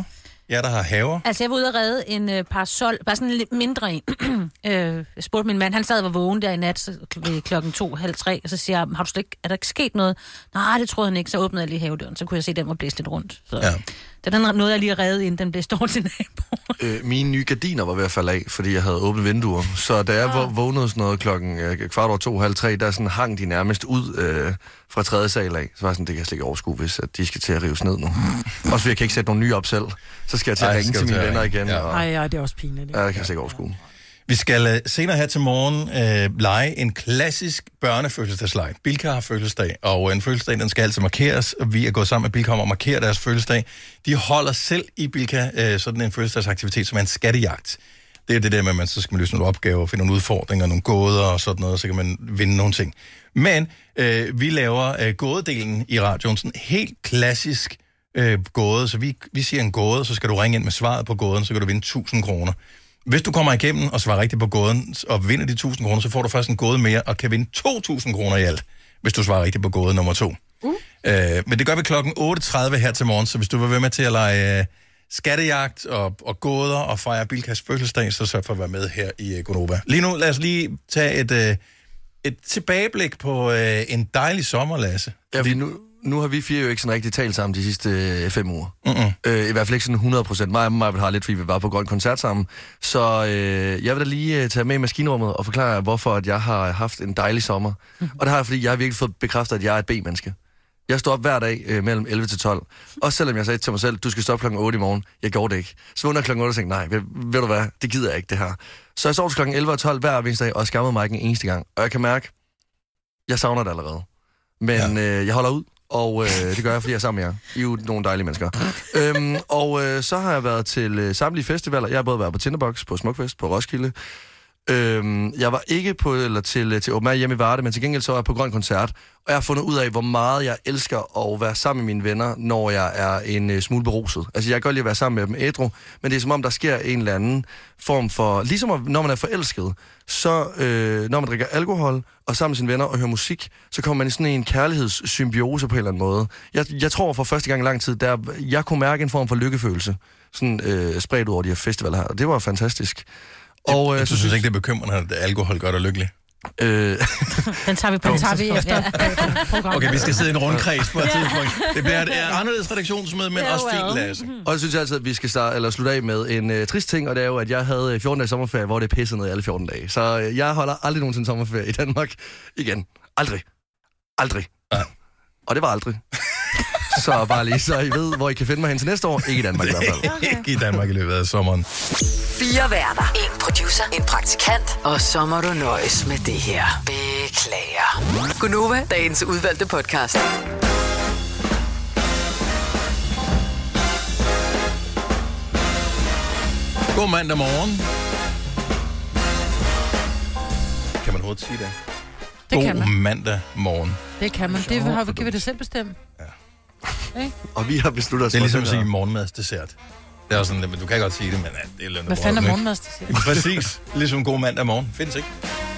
Jeg der har haver. Altså, jeg var ude og redde en parasol, bare sådan lidt mindre en. Jeg spurgte min mand, han sad og var vågen der i nat ved 2:30, og så siger jeg, er der ikke sket noget? Nej, det troede han ikke. Så åbnede jeg lige havedøren, så kunne jeg se, at den var blæst lidt rundt. Så det er noget, jeg lige har reddet, inden den blev stort til naboen. Mine nye gardiner var ved at falde af, fordi jeg havde åbnet vinduer. Så da jeg vågnede sådan noget 2:15, der sådan hang de nærmest ud fra 3. sal af. Så var jeg sådan, det kan jeg slet ikke overskue, hvis at de skal til at rives ned nu. Også fordi jeg kan ikke sætte nogle nye op selv. Så skal jeg til at ringe til mine venner igen. Ej, det er også pinligt. Ja, det kan jeg slet ikke overskue. Vi skal senere her til morgen lege en klassisk børnefødselsdagsleg. Bilka har fødselsdag, og en fødselsdag, den skal altså markeres. Vi er gået sammen med Bilka om at markere deres fødselsdag. De holder selv i Bilka sådan en fødselsdagsaktivitet, som er en skattejagt. Det er det der med, at man så skal løse nogle opgaver, finde nogle udfordringer, nogle gåder og sådan noget, så kan man vinde nogle ting. Men vi laver gådedelen i radioen, sådan helt klassisk gåde. Så vi siger en gåde, så skal du ringe ind med svaret på gåden, så kan du vinde 1000 kroner. Hvis du kommer igennem og svarer rigtigt på gåden, og vinder de 1000 kroner, så får du først en gåde mere, og kan vinde 2000 kroner i alt, hvis du svarer rigtigt på gåde nummer 2. Men det gør vi klokken 8:30 her til morgen, så hvis du vil være med til at lege skattejagt og gåder og fejre Bilkas fødselsdag, så sørg for at være med her i Gonova. Lige nu, lad os lige tage et tilbageblik på en dejlig sommer, Lasse. Ja, fordi nu har vi 4 jo ikke sådan rigtig talt sammen de sidste 5 uger. I hvert fald ikke sådan 100%. Mig og mig har lidt, fordi vi var på Grøn Koncert sammen. Så jeg vil da lige tage med i maskinrummet og forklare, hvorfor at jeg har haft en dejlig sommer. Og det har jeg, fordi jeg har virkelig fået bekræftet, at jeg er et B-menneske. Jeg står op hver dag mellem 11 til 12. Også selvom jeg sagde til mig selv, du skal stoppe klokken 8 i morgen. Jeg gjorde det ikke. Så vågner klokken 8 og tænkte, nej, ved du hvad, det gider jeg ikke, det her. Så jeg sov til klokken 11 og 12 hver eneste dag, og skammede mig ikke en eneste gang. Og jeg kan mærke, jeg savner det allerede. Men jeg holder ud. Og det gør jeg, fordi jeg er sammen med jer. I er jo nogle dejlige mennesker. Så har jeg været til samtlige festivaler. Jeg har både været på Tinderbox, på Smukfest, på Roskilde. Jeg var ikke til Åben Air hjemme i Varde, men til gengæld så var jeg på Grøn Koncert. Og jeg har fundet ud af, hvor meget jeg elsker at være sammen med mine venner, når jeg er en smule beruset. Altså, jeg kan godt lide at være sammen med dem ædru, men det er som om, der sker en eller anden form for... Ligesom når man er forelsket, så når man drikker alkohol og sammen med sine venner og hører musik, så kommer man i sådan en kærlighedssymbiose på en eller anden måde. Jeg tror for første gang i lang tid, der jeg kunne mærke en form for lykkefølelse, sådan spredt ud over de her festivaler her, og det var fantastisk. Og, du synes ikke, det er bekymrende, at alkohol gør dig lykkelig? Den tager vi på efter. Okay, vi skal sidde i en rundkreds på et tidspunkt. Det bliver et anderledes redaktionsmøde, men også fint, Lasse. Og jeg synes altid, at vi skal slutte af med en trist ting, og det er jo, at jeg havde 14 dages sommerferie, hvor det pissede ned i alle 14 dage. Så jeg holder aldrig nogensinde sommerferie i Danmark igen. Aldrig. Ja. Og det var aldrig. Så bare lige så I ved, hvor I kan finde mig hen til næste år. Ikke i Danmark i hvert fald. Ikke i Danmark i løbet af sommeren. 4 værter, 1 producer, en praktikant, og så må du nøjes med det her. Beklager. Gonova, dagens udvalgte podcast. God mandag morgen. Kan man overhovedet sige det? Det kan man. God mandag morgen. Det kan man. Det kan vi det selv bestemme. Okay. Og vi har besluttet os. Det er ligesom at sige morgenmadsdessert. Det er også sådan, men du kan godt sige det, men det er lønnet. Hvad fanden er morgenmadsdessert? Præcis. Ligesom god mandag morgen. Findes ikke.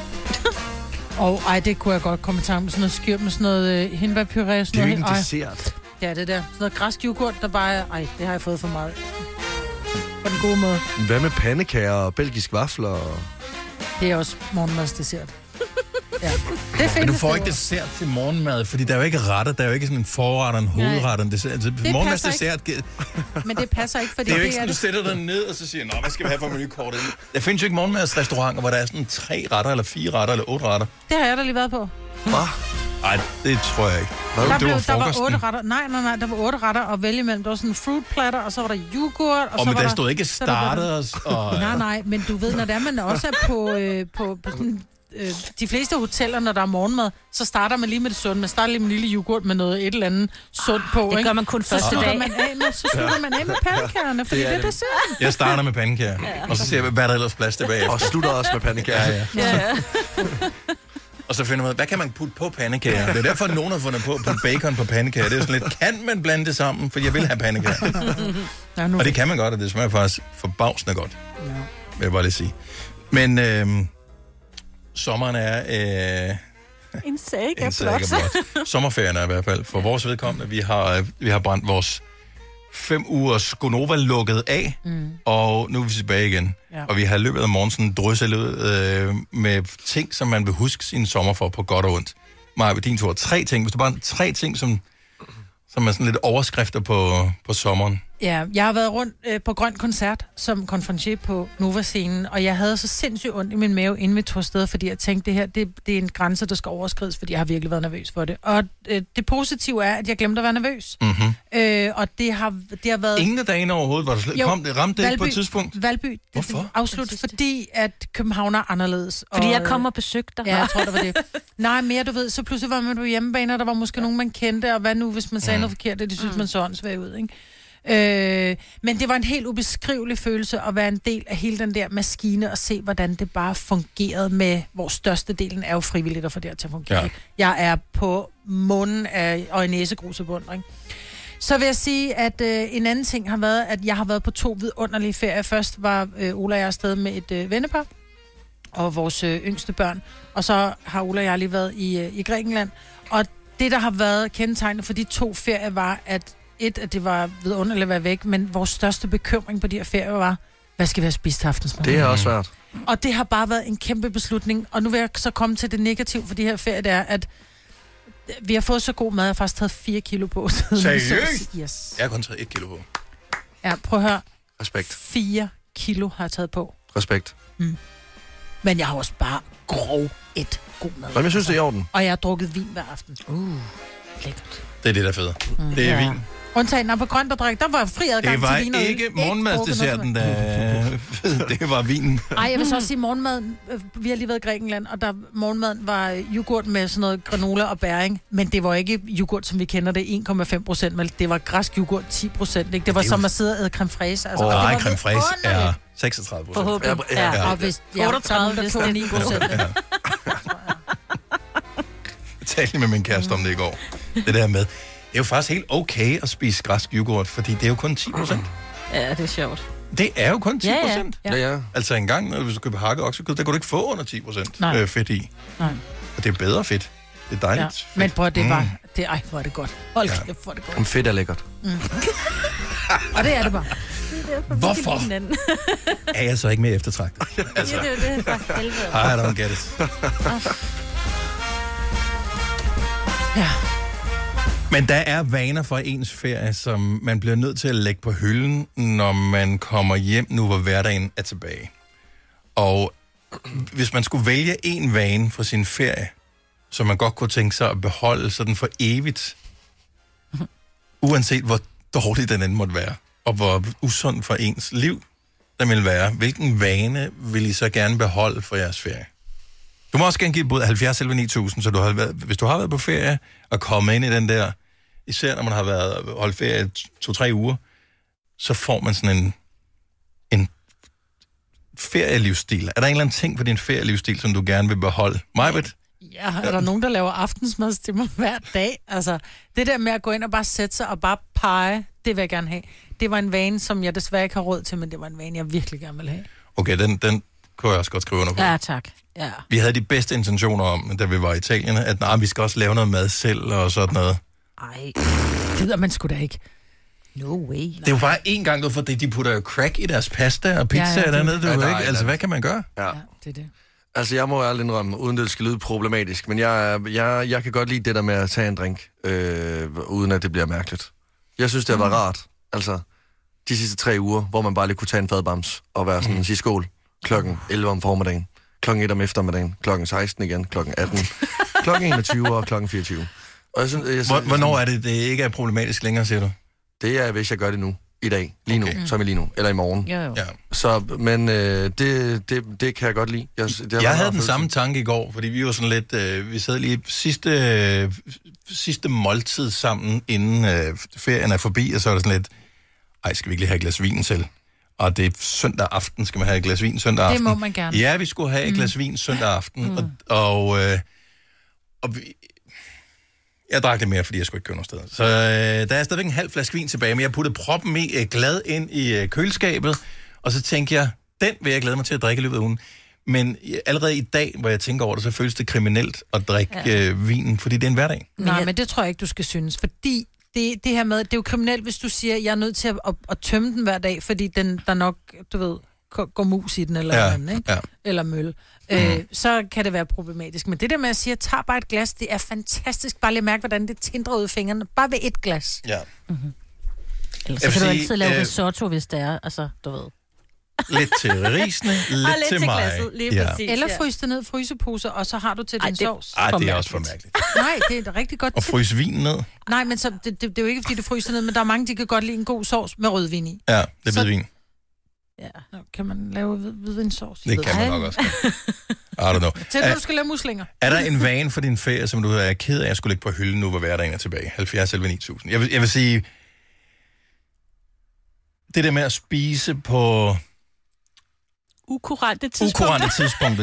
Det kunne jeg godt komme i tanke med sådan noget skyr med sådan noget hindbærpuré. Det er jo ikke en dessert. Ja, det der. Sådan noget græsk yoghurt, der bare er... det har jeg fået for meget. På den gode måde. Hvad med pandekager og belgisk vafler? Det er også morgenmadsdessert. Ja. Det er men du får ikke dessert til morgenmad, fordi der er jo ikke retter, der er jo ikke sådan en forret og en hovedret og en dessert. Altså, morgenmadsdessert... Men det passer ikke, fordi det er jo ikke sådan, du sætter dig ned og så siger, nå, hvad skal vi have for menukortet? Der findes jo ikke morgenmadsrestauranter, hvor der er sådan 3 retter, eller 4 retter, eller 8 retter. Det har jeg da lige været på. Hvad? Nej, det tror jeg ikke. Der var 8 retter. Nej, der var 8 retter at vælge imellem. Der var sådan en fruit platter, og så var der yoghurt. Og så men var der stod ikke starters og... Nej, men du ved, når det er, man også er på sådan... de fleste hoteller, når der er morgenmad, så starter man lige med det sunde. Man starter lige med en lille yoghurt med noget et eller andet sundt på. Det gør man kun første dag. Så slutter man af med pandekagerne, fordi det er det sundt. Jeg starter med pandekager, og så ser jeg, hvad der ellers plads tilbage. Og slutter også med pandekager. Ja. Og så finder man, hvad kan man putte på pandekager? Det er derfor, at nogen har fundet på at putte bacon på pandekager. Det er sådan lidt, kan man blande det sammen? For jeg vil have pandekager. Og det kan man godt, og det smager faktisk forbavsende godt. Ja. Vil jeg bare lige sige. Men sommeren er... en saga blot. Sommerferien er i hvert fald for vores vedkommende. Vi har brændt vores 5 ugers Gonova lukket af, og nu er vi tilbage igen. Ja. Og vi har løbet af morgen sådan drysset med ting, som man vil huske sin sommer for på godt og ondt. Maja, ved din tur. 3 ting. Hvis du bare 3 ting, som er sådan lidt overskrifter på sommeren. Ja, jeg har været rundt på Grøn Koncert som konferencier på Nova-scenen, og jeg havde så sindssygt ondt i min mave, inden vi tog afsted, fordi jeg tænkte, det er en grænse, der skal overskrides, fordi jeg har virkelig været nervøs for det. Og det positive er, at jeg glemte at være nervøs. Mm-hmm. Og det har været... Ingen af dagene overhovedet, var der ramte det på et tidspunkt? Valby. Hvorfor? Afslut, fordi at København er anderledes. Fordi jeg kom og besøgte dig. Ja, jeg tror, det var det. Nej, mere du ved, så pludselig var man på hjemmebane, og der var måske nogen, man kendte, og hvad nu, hvis man sagde noget forkert, det synes man så åndssvagt ud, ikke? Men det var en helt ubeskrivelig følelse at være en del af hele den der maskine og se, hvordan det bare fungerede med, hvor størstedelen er jo frivilligt at få det til at fungere. Ja. Jeg er på munden og i næsegrusebund, ikke? Så vil jeg sige, at en anden ting har været, at jeg har været på 2 vidunderlige ferier. Først var Ola og jeg afsted med et vennepar og vores yngste børn, og så har Ola og jeg lige været i Grækenland. Og det, der har været kendetegnet for de 2 ferier, var, at det var vidunderligt at være væk, men vores største bekymring på de her ferier var, hvad skal vi have spist til aftensmad? Det er også svært. Og det har bare været en kæmpe beslutning, og nu vil jeg så komme til det negative for de her ferier, det er, at vi har fået så god mad, jeg har faktisk taget 4 kilo på. Seriøst? Yes. Jeg har kun taget 1 kilo på. Ja, prøv at høre. Respekt. 4 kilo har jeg taget på. Respekt. Men jeg har også bare grov et god mad. Men jeg synes, det er i orden. Og jeg har drukket vin hver aften. Lækkert. Det er det, der er fedt. Det er vin. Undtagen på Grønt og Drik, der var fri adgang til vin. Det var ikke morgenmadsdesserten, det var vinen. Ej, jeg vil så også sige morgenmaden. Vi har lige været i Grækenland, og morgenmaden var yoghurt med sådan noget granola og bæring. Men det var ikke yoghurt, som vi kender det, 1,5%, men det var græsk yoghurt 10%. Ikke? Det var som at sidde og æde creme fraise. Altså, nej, creme fraise er 36%. Forhåbentlig. Ja. Og hvis 38, der tog 9%. Ja. Jeg talte med min kæreste om det i går. Det der med... Det er jo faktisk helt okay at spise græsk yoghurt, fordi det er jo kun 10%. Ja, det er sjovt. Det er jo kun 10%. Ja. Altså engang, hvis du køber hakket oksekød, der kan du ikke få under 10% fedt i. Nej. Og det er bedre fedt. Det er dejligt fedt. Men prøv, det var... Ej, hvor er det godt. Hold kæft, hvor er det godt. Fedt er lækkert. Og det er det bare. Hvorfor er jeg så ikke mere eftertragtet? Altså. Ja, det er det for helvede. I don't get it. Ja. Men der er vaner for ens ferie, som man bliver nødt til at lægge på hylden, når man kommer hjem nu, hvor hverdagen er tilbage. Og hvis man skulle vælge en vane fra sin ferie, som man godt kunne tænke sig at beholde sådan for evigt, uanset hvor dårlig den end måtte være, og hvor usund for ens liv den vil være, hvilken vane vil I så gerne beholde for jeres ferie? Du må også gerne give både 70 eller 9000, så hvis du har været på ferie og kommet ind i den der, især når man har holdt ferie 2-3 uger, så får man sådan en ferielivsstil. Er der en eller anden ting på din ferielivsstil, som du gerne vil beholde? Majbet? Ja, er der nogen, der laver aftensmad til mig hver dag? Altså, det der med at gå ind og bare sætte sig og bare pege, det vil jeg gerne have. Det var en vane, som jeg desværre ikke har råd til, men det var en vane, jeg virkelig gerne vil have. Okay, den kunne jeg også godt skrive under på. Ja, tak. Ja. Vi havde de bedste intentioner om, da vi var i Italien, at vi skal også lave noget mad selv og sådan noget. Ej, gider man sgu da ikke. No way. Det er jo bare én gang, fordi de putter jo crack i deres pasta og pizza og dernede. Det er jo ikke. Altså, hvad kan man gøre? Ja, det er det. Altså, jeg må ærligt indrømme, uden det skal lyde problematisk, men jeg kan godt lide det der med at tage en drink, uden at det bliver mærkeligt. Jeg synes, det har været rart. Altså, de sidste 3 uger, hvor man bare lige kunne tage en fadbams og være sådan, sige skål, klokken 11 om formiddagen, klokken 1 om eftermiddagen, klokken 16 igen, klokken 18, klokken 21 og klokken 24. Og jeg synes, hvornår er det ikke er problematisk længere, siger du? Det er, hvis jeg gør det nu. I dag. Lige nu. Som i lige nu. Eller i morgen. Jo. Ja. Så, men det kan jeg godt lide. Jeg havde den samme tanke i går, fordi vi var sådan lidt... vi sad lige sidste måltid sammen, inden ferien er forbi, og så er der sådan lidt... Ej, skal vi ikke lige have et glas vin selv? Og det er søndag aften, skal man have et glas vin søndag aften. Det må man gerne. Ja, vi skulle have et glas vin søndag aften, og jeg drak lidt mere, fordi jeg skulle ikke køre noget sted. Så der er stadigvæk en halv flaske vin tilbage, men jeg puttede proppen i glad ind i køleskabet, og så tænkte jeg, den vil jeg glæde mig til at drikke i løbet af ugen. Men allerede i dag, hvor jeg tænker over det, så føles det kriminelt at drikke vinen, fordi det er en hverdag. Nej, men det tror jeg ikke, du skal synes, fordi det her med, det er jo kriminelt, hvis du siger, jeg er nødt til at tømme den hver dag, fordi der nok, du ved, går mus i den, eller andet, ikke? Ja. Eller møl. Så kan det være problematisk. Men det der med at sige, tager bare et glas, det er fantastisk. Bare lige mærke, hvordan det tindrer ud i fingrene. Bare ved et glas. Ja. Ellers så kan du altid lave risotto, hvis det er, altså, du ved. Lidt til risene, lidt til mig. Glasset, lige præcis, eller fryse det ned i fryseposer, og så har du til din sovs. Det er også for mærkeligt. Nej, det er rigtig godt. Og fryse vin ned. Nej, men så, det er jo ikke, fordi du fryser ned, men der er mange, de kan godt lide en god sovs med rødvin i. Ja, det er hvidvin. Ja, kan man lave hvidvinsovs? Det kan man nok også. I don't know. Til du skal lave muslinger. Er der en vane for din ferie, som du er ked af at skulle lægge på hylden nu, hvor hverdagen er tilbage? 70 eller 9000. Jeg vil sige, det der med at spise på ukurante tidspunkter.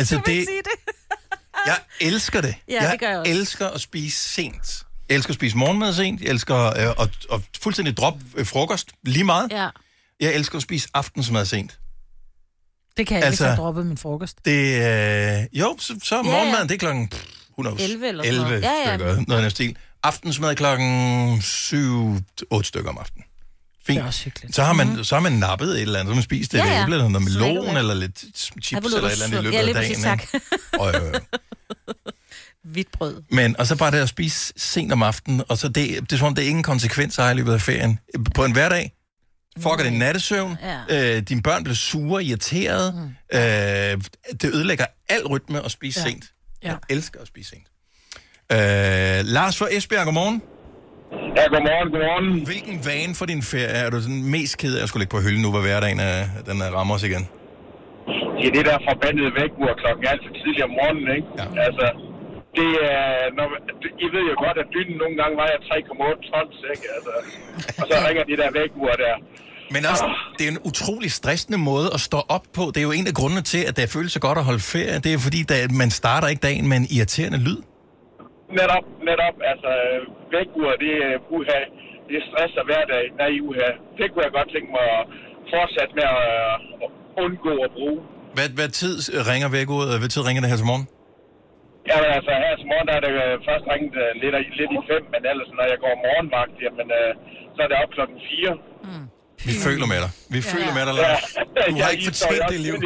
Jeg elsker det. Ja, det gør jeg også. Elsker at spise sent. Jeg elsker at spise morgenmad sent. Jeg elsker at fuldstændig droppe frokost lige meget. Ja. Jeg elsker at spise aftensmad sent. Det kan jeg ikke have droppet min frokost. Så morgenmaden, det er klokken 11 eller 11 stykker, noget af den stil. Aftensmad klokken 7-8 stykker om aftenen. Fint. Det er også hyggeligt. Så har man nappet et eller andet, så har man spist et æble, eller noget melon, eller lidt chips, eller et eller andet i løbet af dagen. Hvidt brød. Men, og så bare det at spise sent om aftenen, og så det er som om, det er ingen konsekvenser i løbet af ferien. På en hverdag, fucker det nattesøvn, dine børn bliver sure, irriterede, det ødelægger al rytme at spise sent. Jeg elsker at spise sent. Lars fra Esbjerg, godmorgen. Ja, godmorgen. Hvilken vane for din ferie er du sådan mest ked af at skulle lægge på hylden nu, hvor hverdagen den rammer os igen? Det er det der forbandede vækkeur klokken alt for tidligt om morgenen, ikke? Ja. Altså, det er... I ved jo godt, at dynen nogle gange vejer 3,8 tons, ikke? Altså, og så ringer de der vækkeur der. Men også, det er en utrolig stressende måde at stå op på. Det er jo en af grundene til, at det føles så godt at holde ferie. Det er fordi, man starter ikke dagen med en irriterende lyd. Netop. Altså, vækkeur, det er uha. Det er stress af hverdag. Nej, uha. Det kunne jeg godt tænke mig at fortsætte med at undgå at bruge. Hvad tid ringer vækkeuret? Hvad tid ringer det her til morgen? Ja, altså her til morgen, der er det først ringet lidt i 5, men ellers når jeg går morgenvagt, jamen, så er det op klokken 4. Vi føler med dig. Føler med dig, Lars. Du har ikke fortjent det liv.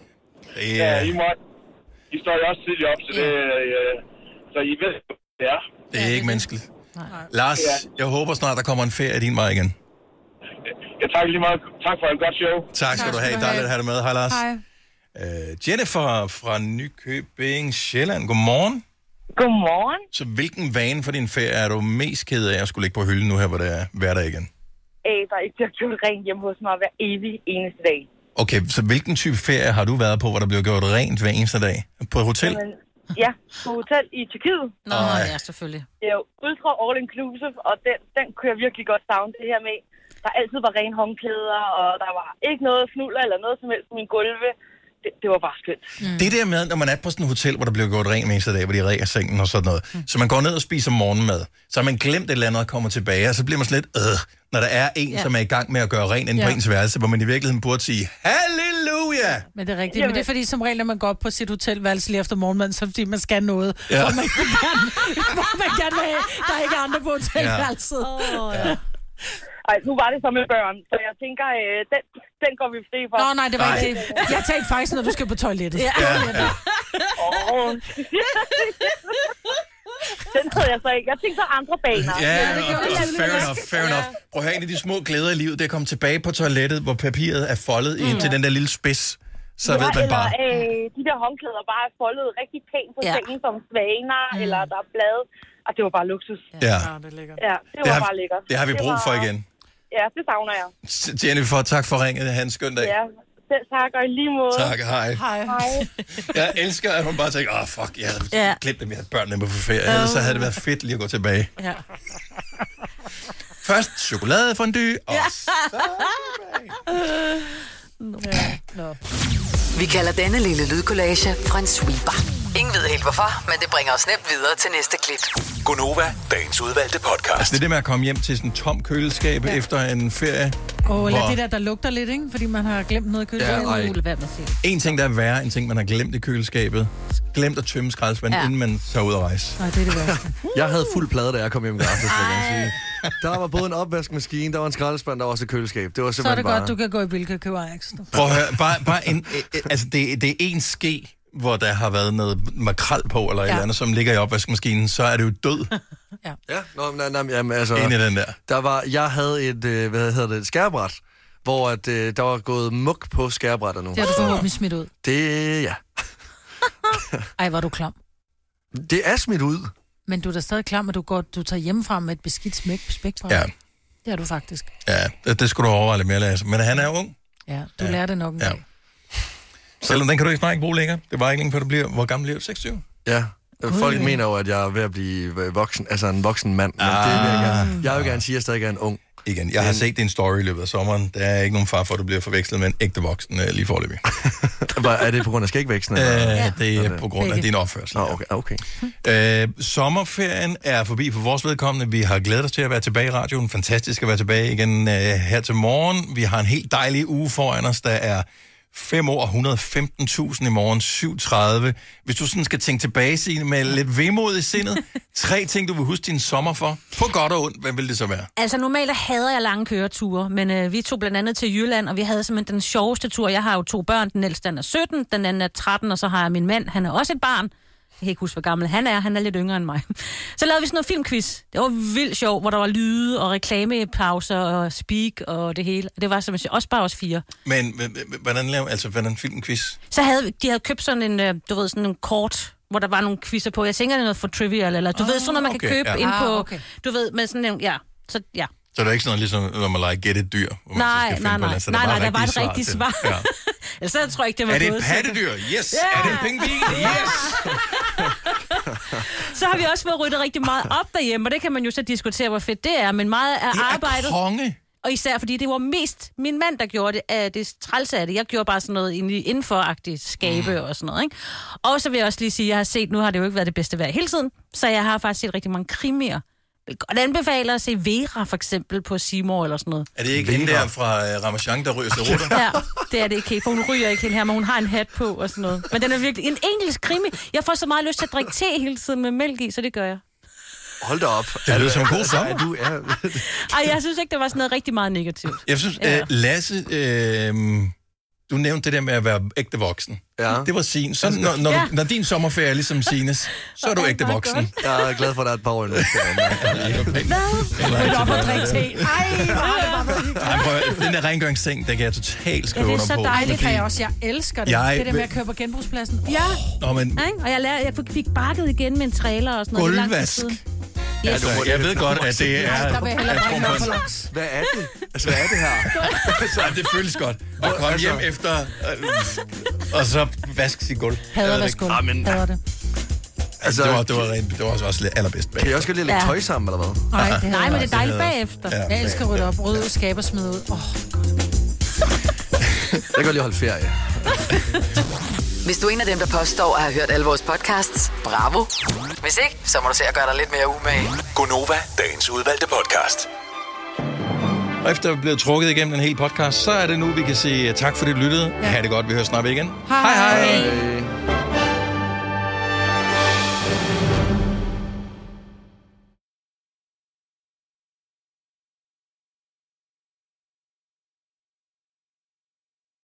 I står jo også tidligt op, så det så I ved, det er. Det er ikke menneskeligt. Lars, jeg håber snart, der kommer en ferie af din vej igen. Ja, tak lige meget. Tak for et godt show. Tak skal du have. Dejligt at have dig med. Hej, Lars. Hej. Jennifer fra Nykøbing Sjælland. Godmorgen. Godmorgen. Så hvilken vane for din ferie er du mest ked af at skulle lægge på hylden nu her, hvor det er hverdag igen? Der er ikke gjort rent hjemme hos mig hver evig eneste dag. Okay, så hvilken type ferie har du været på, hvor der bliver gjort rent hver eneste dag? På et hotel? Jamen, ja, på hotel i Tyrkiet. Ja, selvfølgelig. Det er jo ultra all inclusive, og den kunne jeg virkelig godt savne det her med. Der altid var rene håndklæder, og der var ikke noget fnuller eller noget som helst på min gulve. Det var bare skønt. Det der med, når man er på sådan et hotel, hvor der bliver gjort rent hver eneste dag, hvor de rækker sengen og sådan noget, så man går ned og spiser morgenmad, så har man glemt et eller andet og kommer tilbage, og så bliver man sådan lidt, når der er en, som er i gang med at gøre rent inde på ens værelse, hvor man i virkeligheden burde sige, halleluja! Men det er rigtigt. Men det er fordi, som regel, når man går op på sit hotelværelse lige efter morgenmaden, så fordi man skal noget, hvor man gerne vil have, der er ikke andre på hotelværelset. Ej, nu var det så med børn, så jeg tænker, den går vi fri for. Nå, nej, det var ikke det. Jeg tænkte faktisk, når du skal på toilettet. Ja. Den tror jeg så ikke. Jeg tænkte så andre baner. Ja, fair enough. Prøv at høre, en af de små glæder i livet, det er at komme tilbage på toilettet, hvor papiret er foldet ind til den der lille spids. Så ved man bare. De der håndklæder bare er foldet rigtig pænt på sengen som svaner, eller der er blade. Og det var bare luksus. Ja, det er lækkert. Ja, det var bare lækkert. Det har vi brug for igen. Ja, det savner jeg. Jennifer, tak for ringet. Ha' en skøn dag. Ja, selv tak, og i lige måde. Tak, hej. Jeg elsker, at hun bare tænker, fuck, jeg havde glemt, at vi havde børnene med på ferie. Ellers så havde det været fedt lige at gå tilbage. Ja. Først chokoladefondue, og så Vi kalder denne lille lydkollage en sweeper. Ingen ved helt hvorfor, men det bringer os nemt videre til næste klip. Gonova, dagens udvalgte podcast. Altså det der med at komme hjem til sådan en tom køleskab efter en ferie, Eller det der lugter lidt, ikke? Fordi man har glemt noget i køleskabet. En ting, der er værre, en ting, man har glemt i køleskabet. Glemt at tømme skraldespanden, inden man tager ud og rejse. Nej, det er det værste. Jeg havde fuld plade, da jeg kom hjem i aftes, vil jeg gerne sige. Der var både en opvaskemaskine, der var en skraldespand, der var også et køleskab. Det var så er det godt, du kan gå i Bilka og købe Ajax. Prøv at høre, bare en... altså, det er en ske, hvor der har været noget makrel på, eller et eller andet, som ligger i opvaskemaskinen, så er det jo død. Jamen, altså... Ind i den der. Jeg havde et skærebræt, hvor der var gået muk på skærebrættet nu. Det har du forhåbentlig smidt ud. Det, Ej, var du klam. Det er smidt ud. Men du er da stadig klam, at du tager hjemmefra med et beskidt spækbræt. Ja. Det er du faktisk. Ja, det skulle du overveje lidt mere, Lasse. Men han er ung. Ja, du lærer det nok en dag. Selvom den kan du ikke bruge længere. Det var ikke længe før du bliver... Hvor gammel bliver du? 26? Ja. Folk mener jo, at jeg er ved at blive voksen, altså en voksen mand. Men det vil jeg gerne. Jeg vil gerne sige, at jeg stadig er en ung. Igen, jeg har set din story i løbet af sommeren. Der er ikke nogen far for, at du bliver forvekslet med en ægte voksen lige forløbig. Er det på grund af skægvæksten? Det er på grund af din opførsel. Okay. Sommerferien er forbi for vores vedkommende. Vi har glædet os til at være tilbage i radioen. Fantastisk at være tilbage igen her til morgen. Vi har en helt dejlig uge foran os. Der er 5 år, 115.000 i morgen, 7.30. Hvis du sådan skal tænke tilbage, Signe, med lidt vemod i sindet, 3 ting, du vil huske din sommer for, på godt og ondt, hvad vil det så være? Altså normalt hader jeg lange køreture, men vi tog blandt andet til Jylland, og vi havde simpelthen den sjoveste tur. Jeg har jo 2 børn, den ældste er 17, den anden er 13, og så har jeg min mand, han er også et barn. Jeg kan ikke huske, hvor gammel han er lidt yngre end mig. Så lavede vi sådan noget filmquiz. Det var vildt sjovt, hvor der var lyde og reklamepauser og speak og det hele. Det var simpelthen også bare os 4. Men hvordan filmquiz? Så de havde købt sådan en, sådan en kort, hvor der var nogle quizzer på. Jeg tænker, det er noget for trivial, eller du ved, sådan noget, man kan købe ind på, du ved, med sådan en, så Så det er ikke sådan ligesom, når man leger gæt et dyr? Nej, der var et rigtigt svar. Ja. Ellers så tror jeg ikke, det var det et pattedyr? Yes! Yeah. Er det en pingvin? Yes! Så har vi også fået ryddet rigtig meget op derhjemme, og det kan man jo så diskutere, hvor fedt det er, men meget af arbejdet... Det er konge! Og især fordi det var mest min mand, der gjorde det. Det trælse af det. Jeg gjorde bare sådan noget indenfor-agtigt skabe og sådan noget, ikke? Og så vil jeg også lige sige, at jeg har set, nu har det jo ikke været det bedste vejr hele tiden, så jeg har faktisk set rigtig mange krimier. Jeg vil godt anbefale at se Vera, for eksempel, på Seymour eller sådan noget. Er det ikke hende der fra Ramachan, der ryger sig rutter? Ja, det er det ikke. For hun ryger ikke hende her, men hun har en hat på og sådan noget. Men den er virkelig en engelsk krimi. Jeg får så meget lyst til at drikke te hele tiden med mælk i, så det gør jeg. Hold da op. Det lyder som en god sommer. Ej, jeg synes ikke, det var sådan noget rigtig meget negativt. Jeg synes, Lasse... Du nævnte det der med at være ægte voksen. Ja. Det var sin. Så når din sommerferie er ligesom Sines, så er du ægte voksen. Jeg er glad for, at der er et par år endnu. Den der rengøringsting, der kan jeg totalt skrive under på. Det er så dejligt, kan jeg også. Jeg elsker det. Det der med at køre på genbrugspladsen. Ja. Og jeg fik bakket igen med en trailer og sådan noget. Gulvvask. Yes. Jeg ved godt, at det er... Hvad er det? Altså, hvad er det her? Det føles godt at komme hjem efter... og så vaske sit gulv. Hader vaske gulv. Hader det. Altså, det var også allerbedst bag. Kan I også lige lægge tøj sammen, eller hvad? Nej, men det er dejligt bagefter. Ja. Jeg elsker at rydde op, rydde skab og smide ud. Jeg kan lige holde ferie. Hvis du er en af dem, der påstår at have hørt alle vores podcasts, bravo. Hvis ikke, så må du se at gøre dig lidt mere umage. Gonova, dagens udvalgte podcast. Og efter at blive trukket igennem en hel podcast, så er det nu, vi kan sige tak, fordi du lyttede. Ja. Ha' det godt, vi hører snart igen. Hej.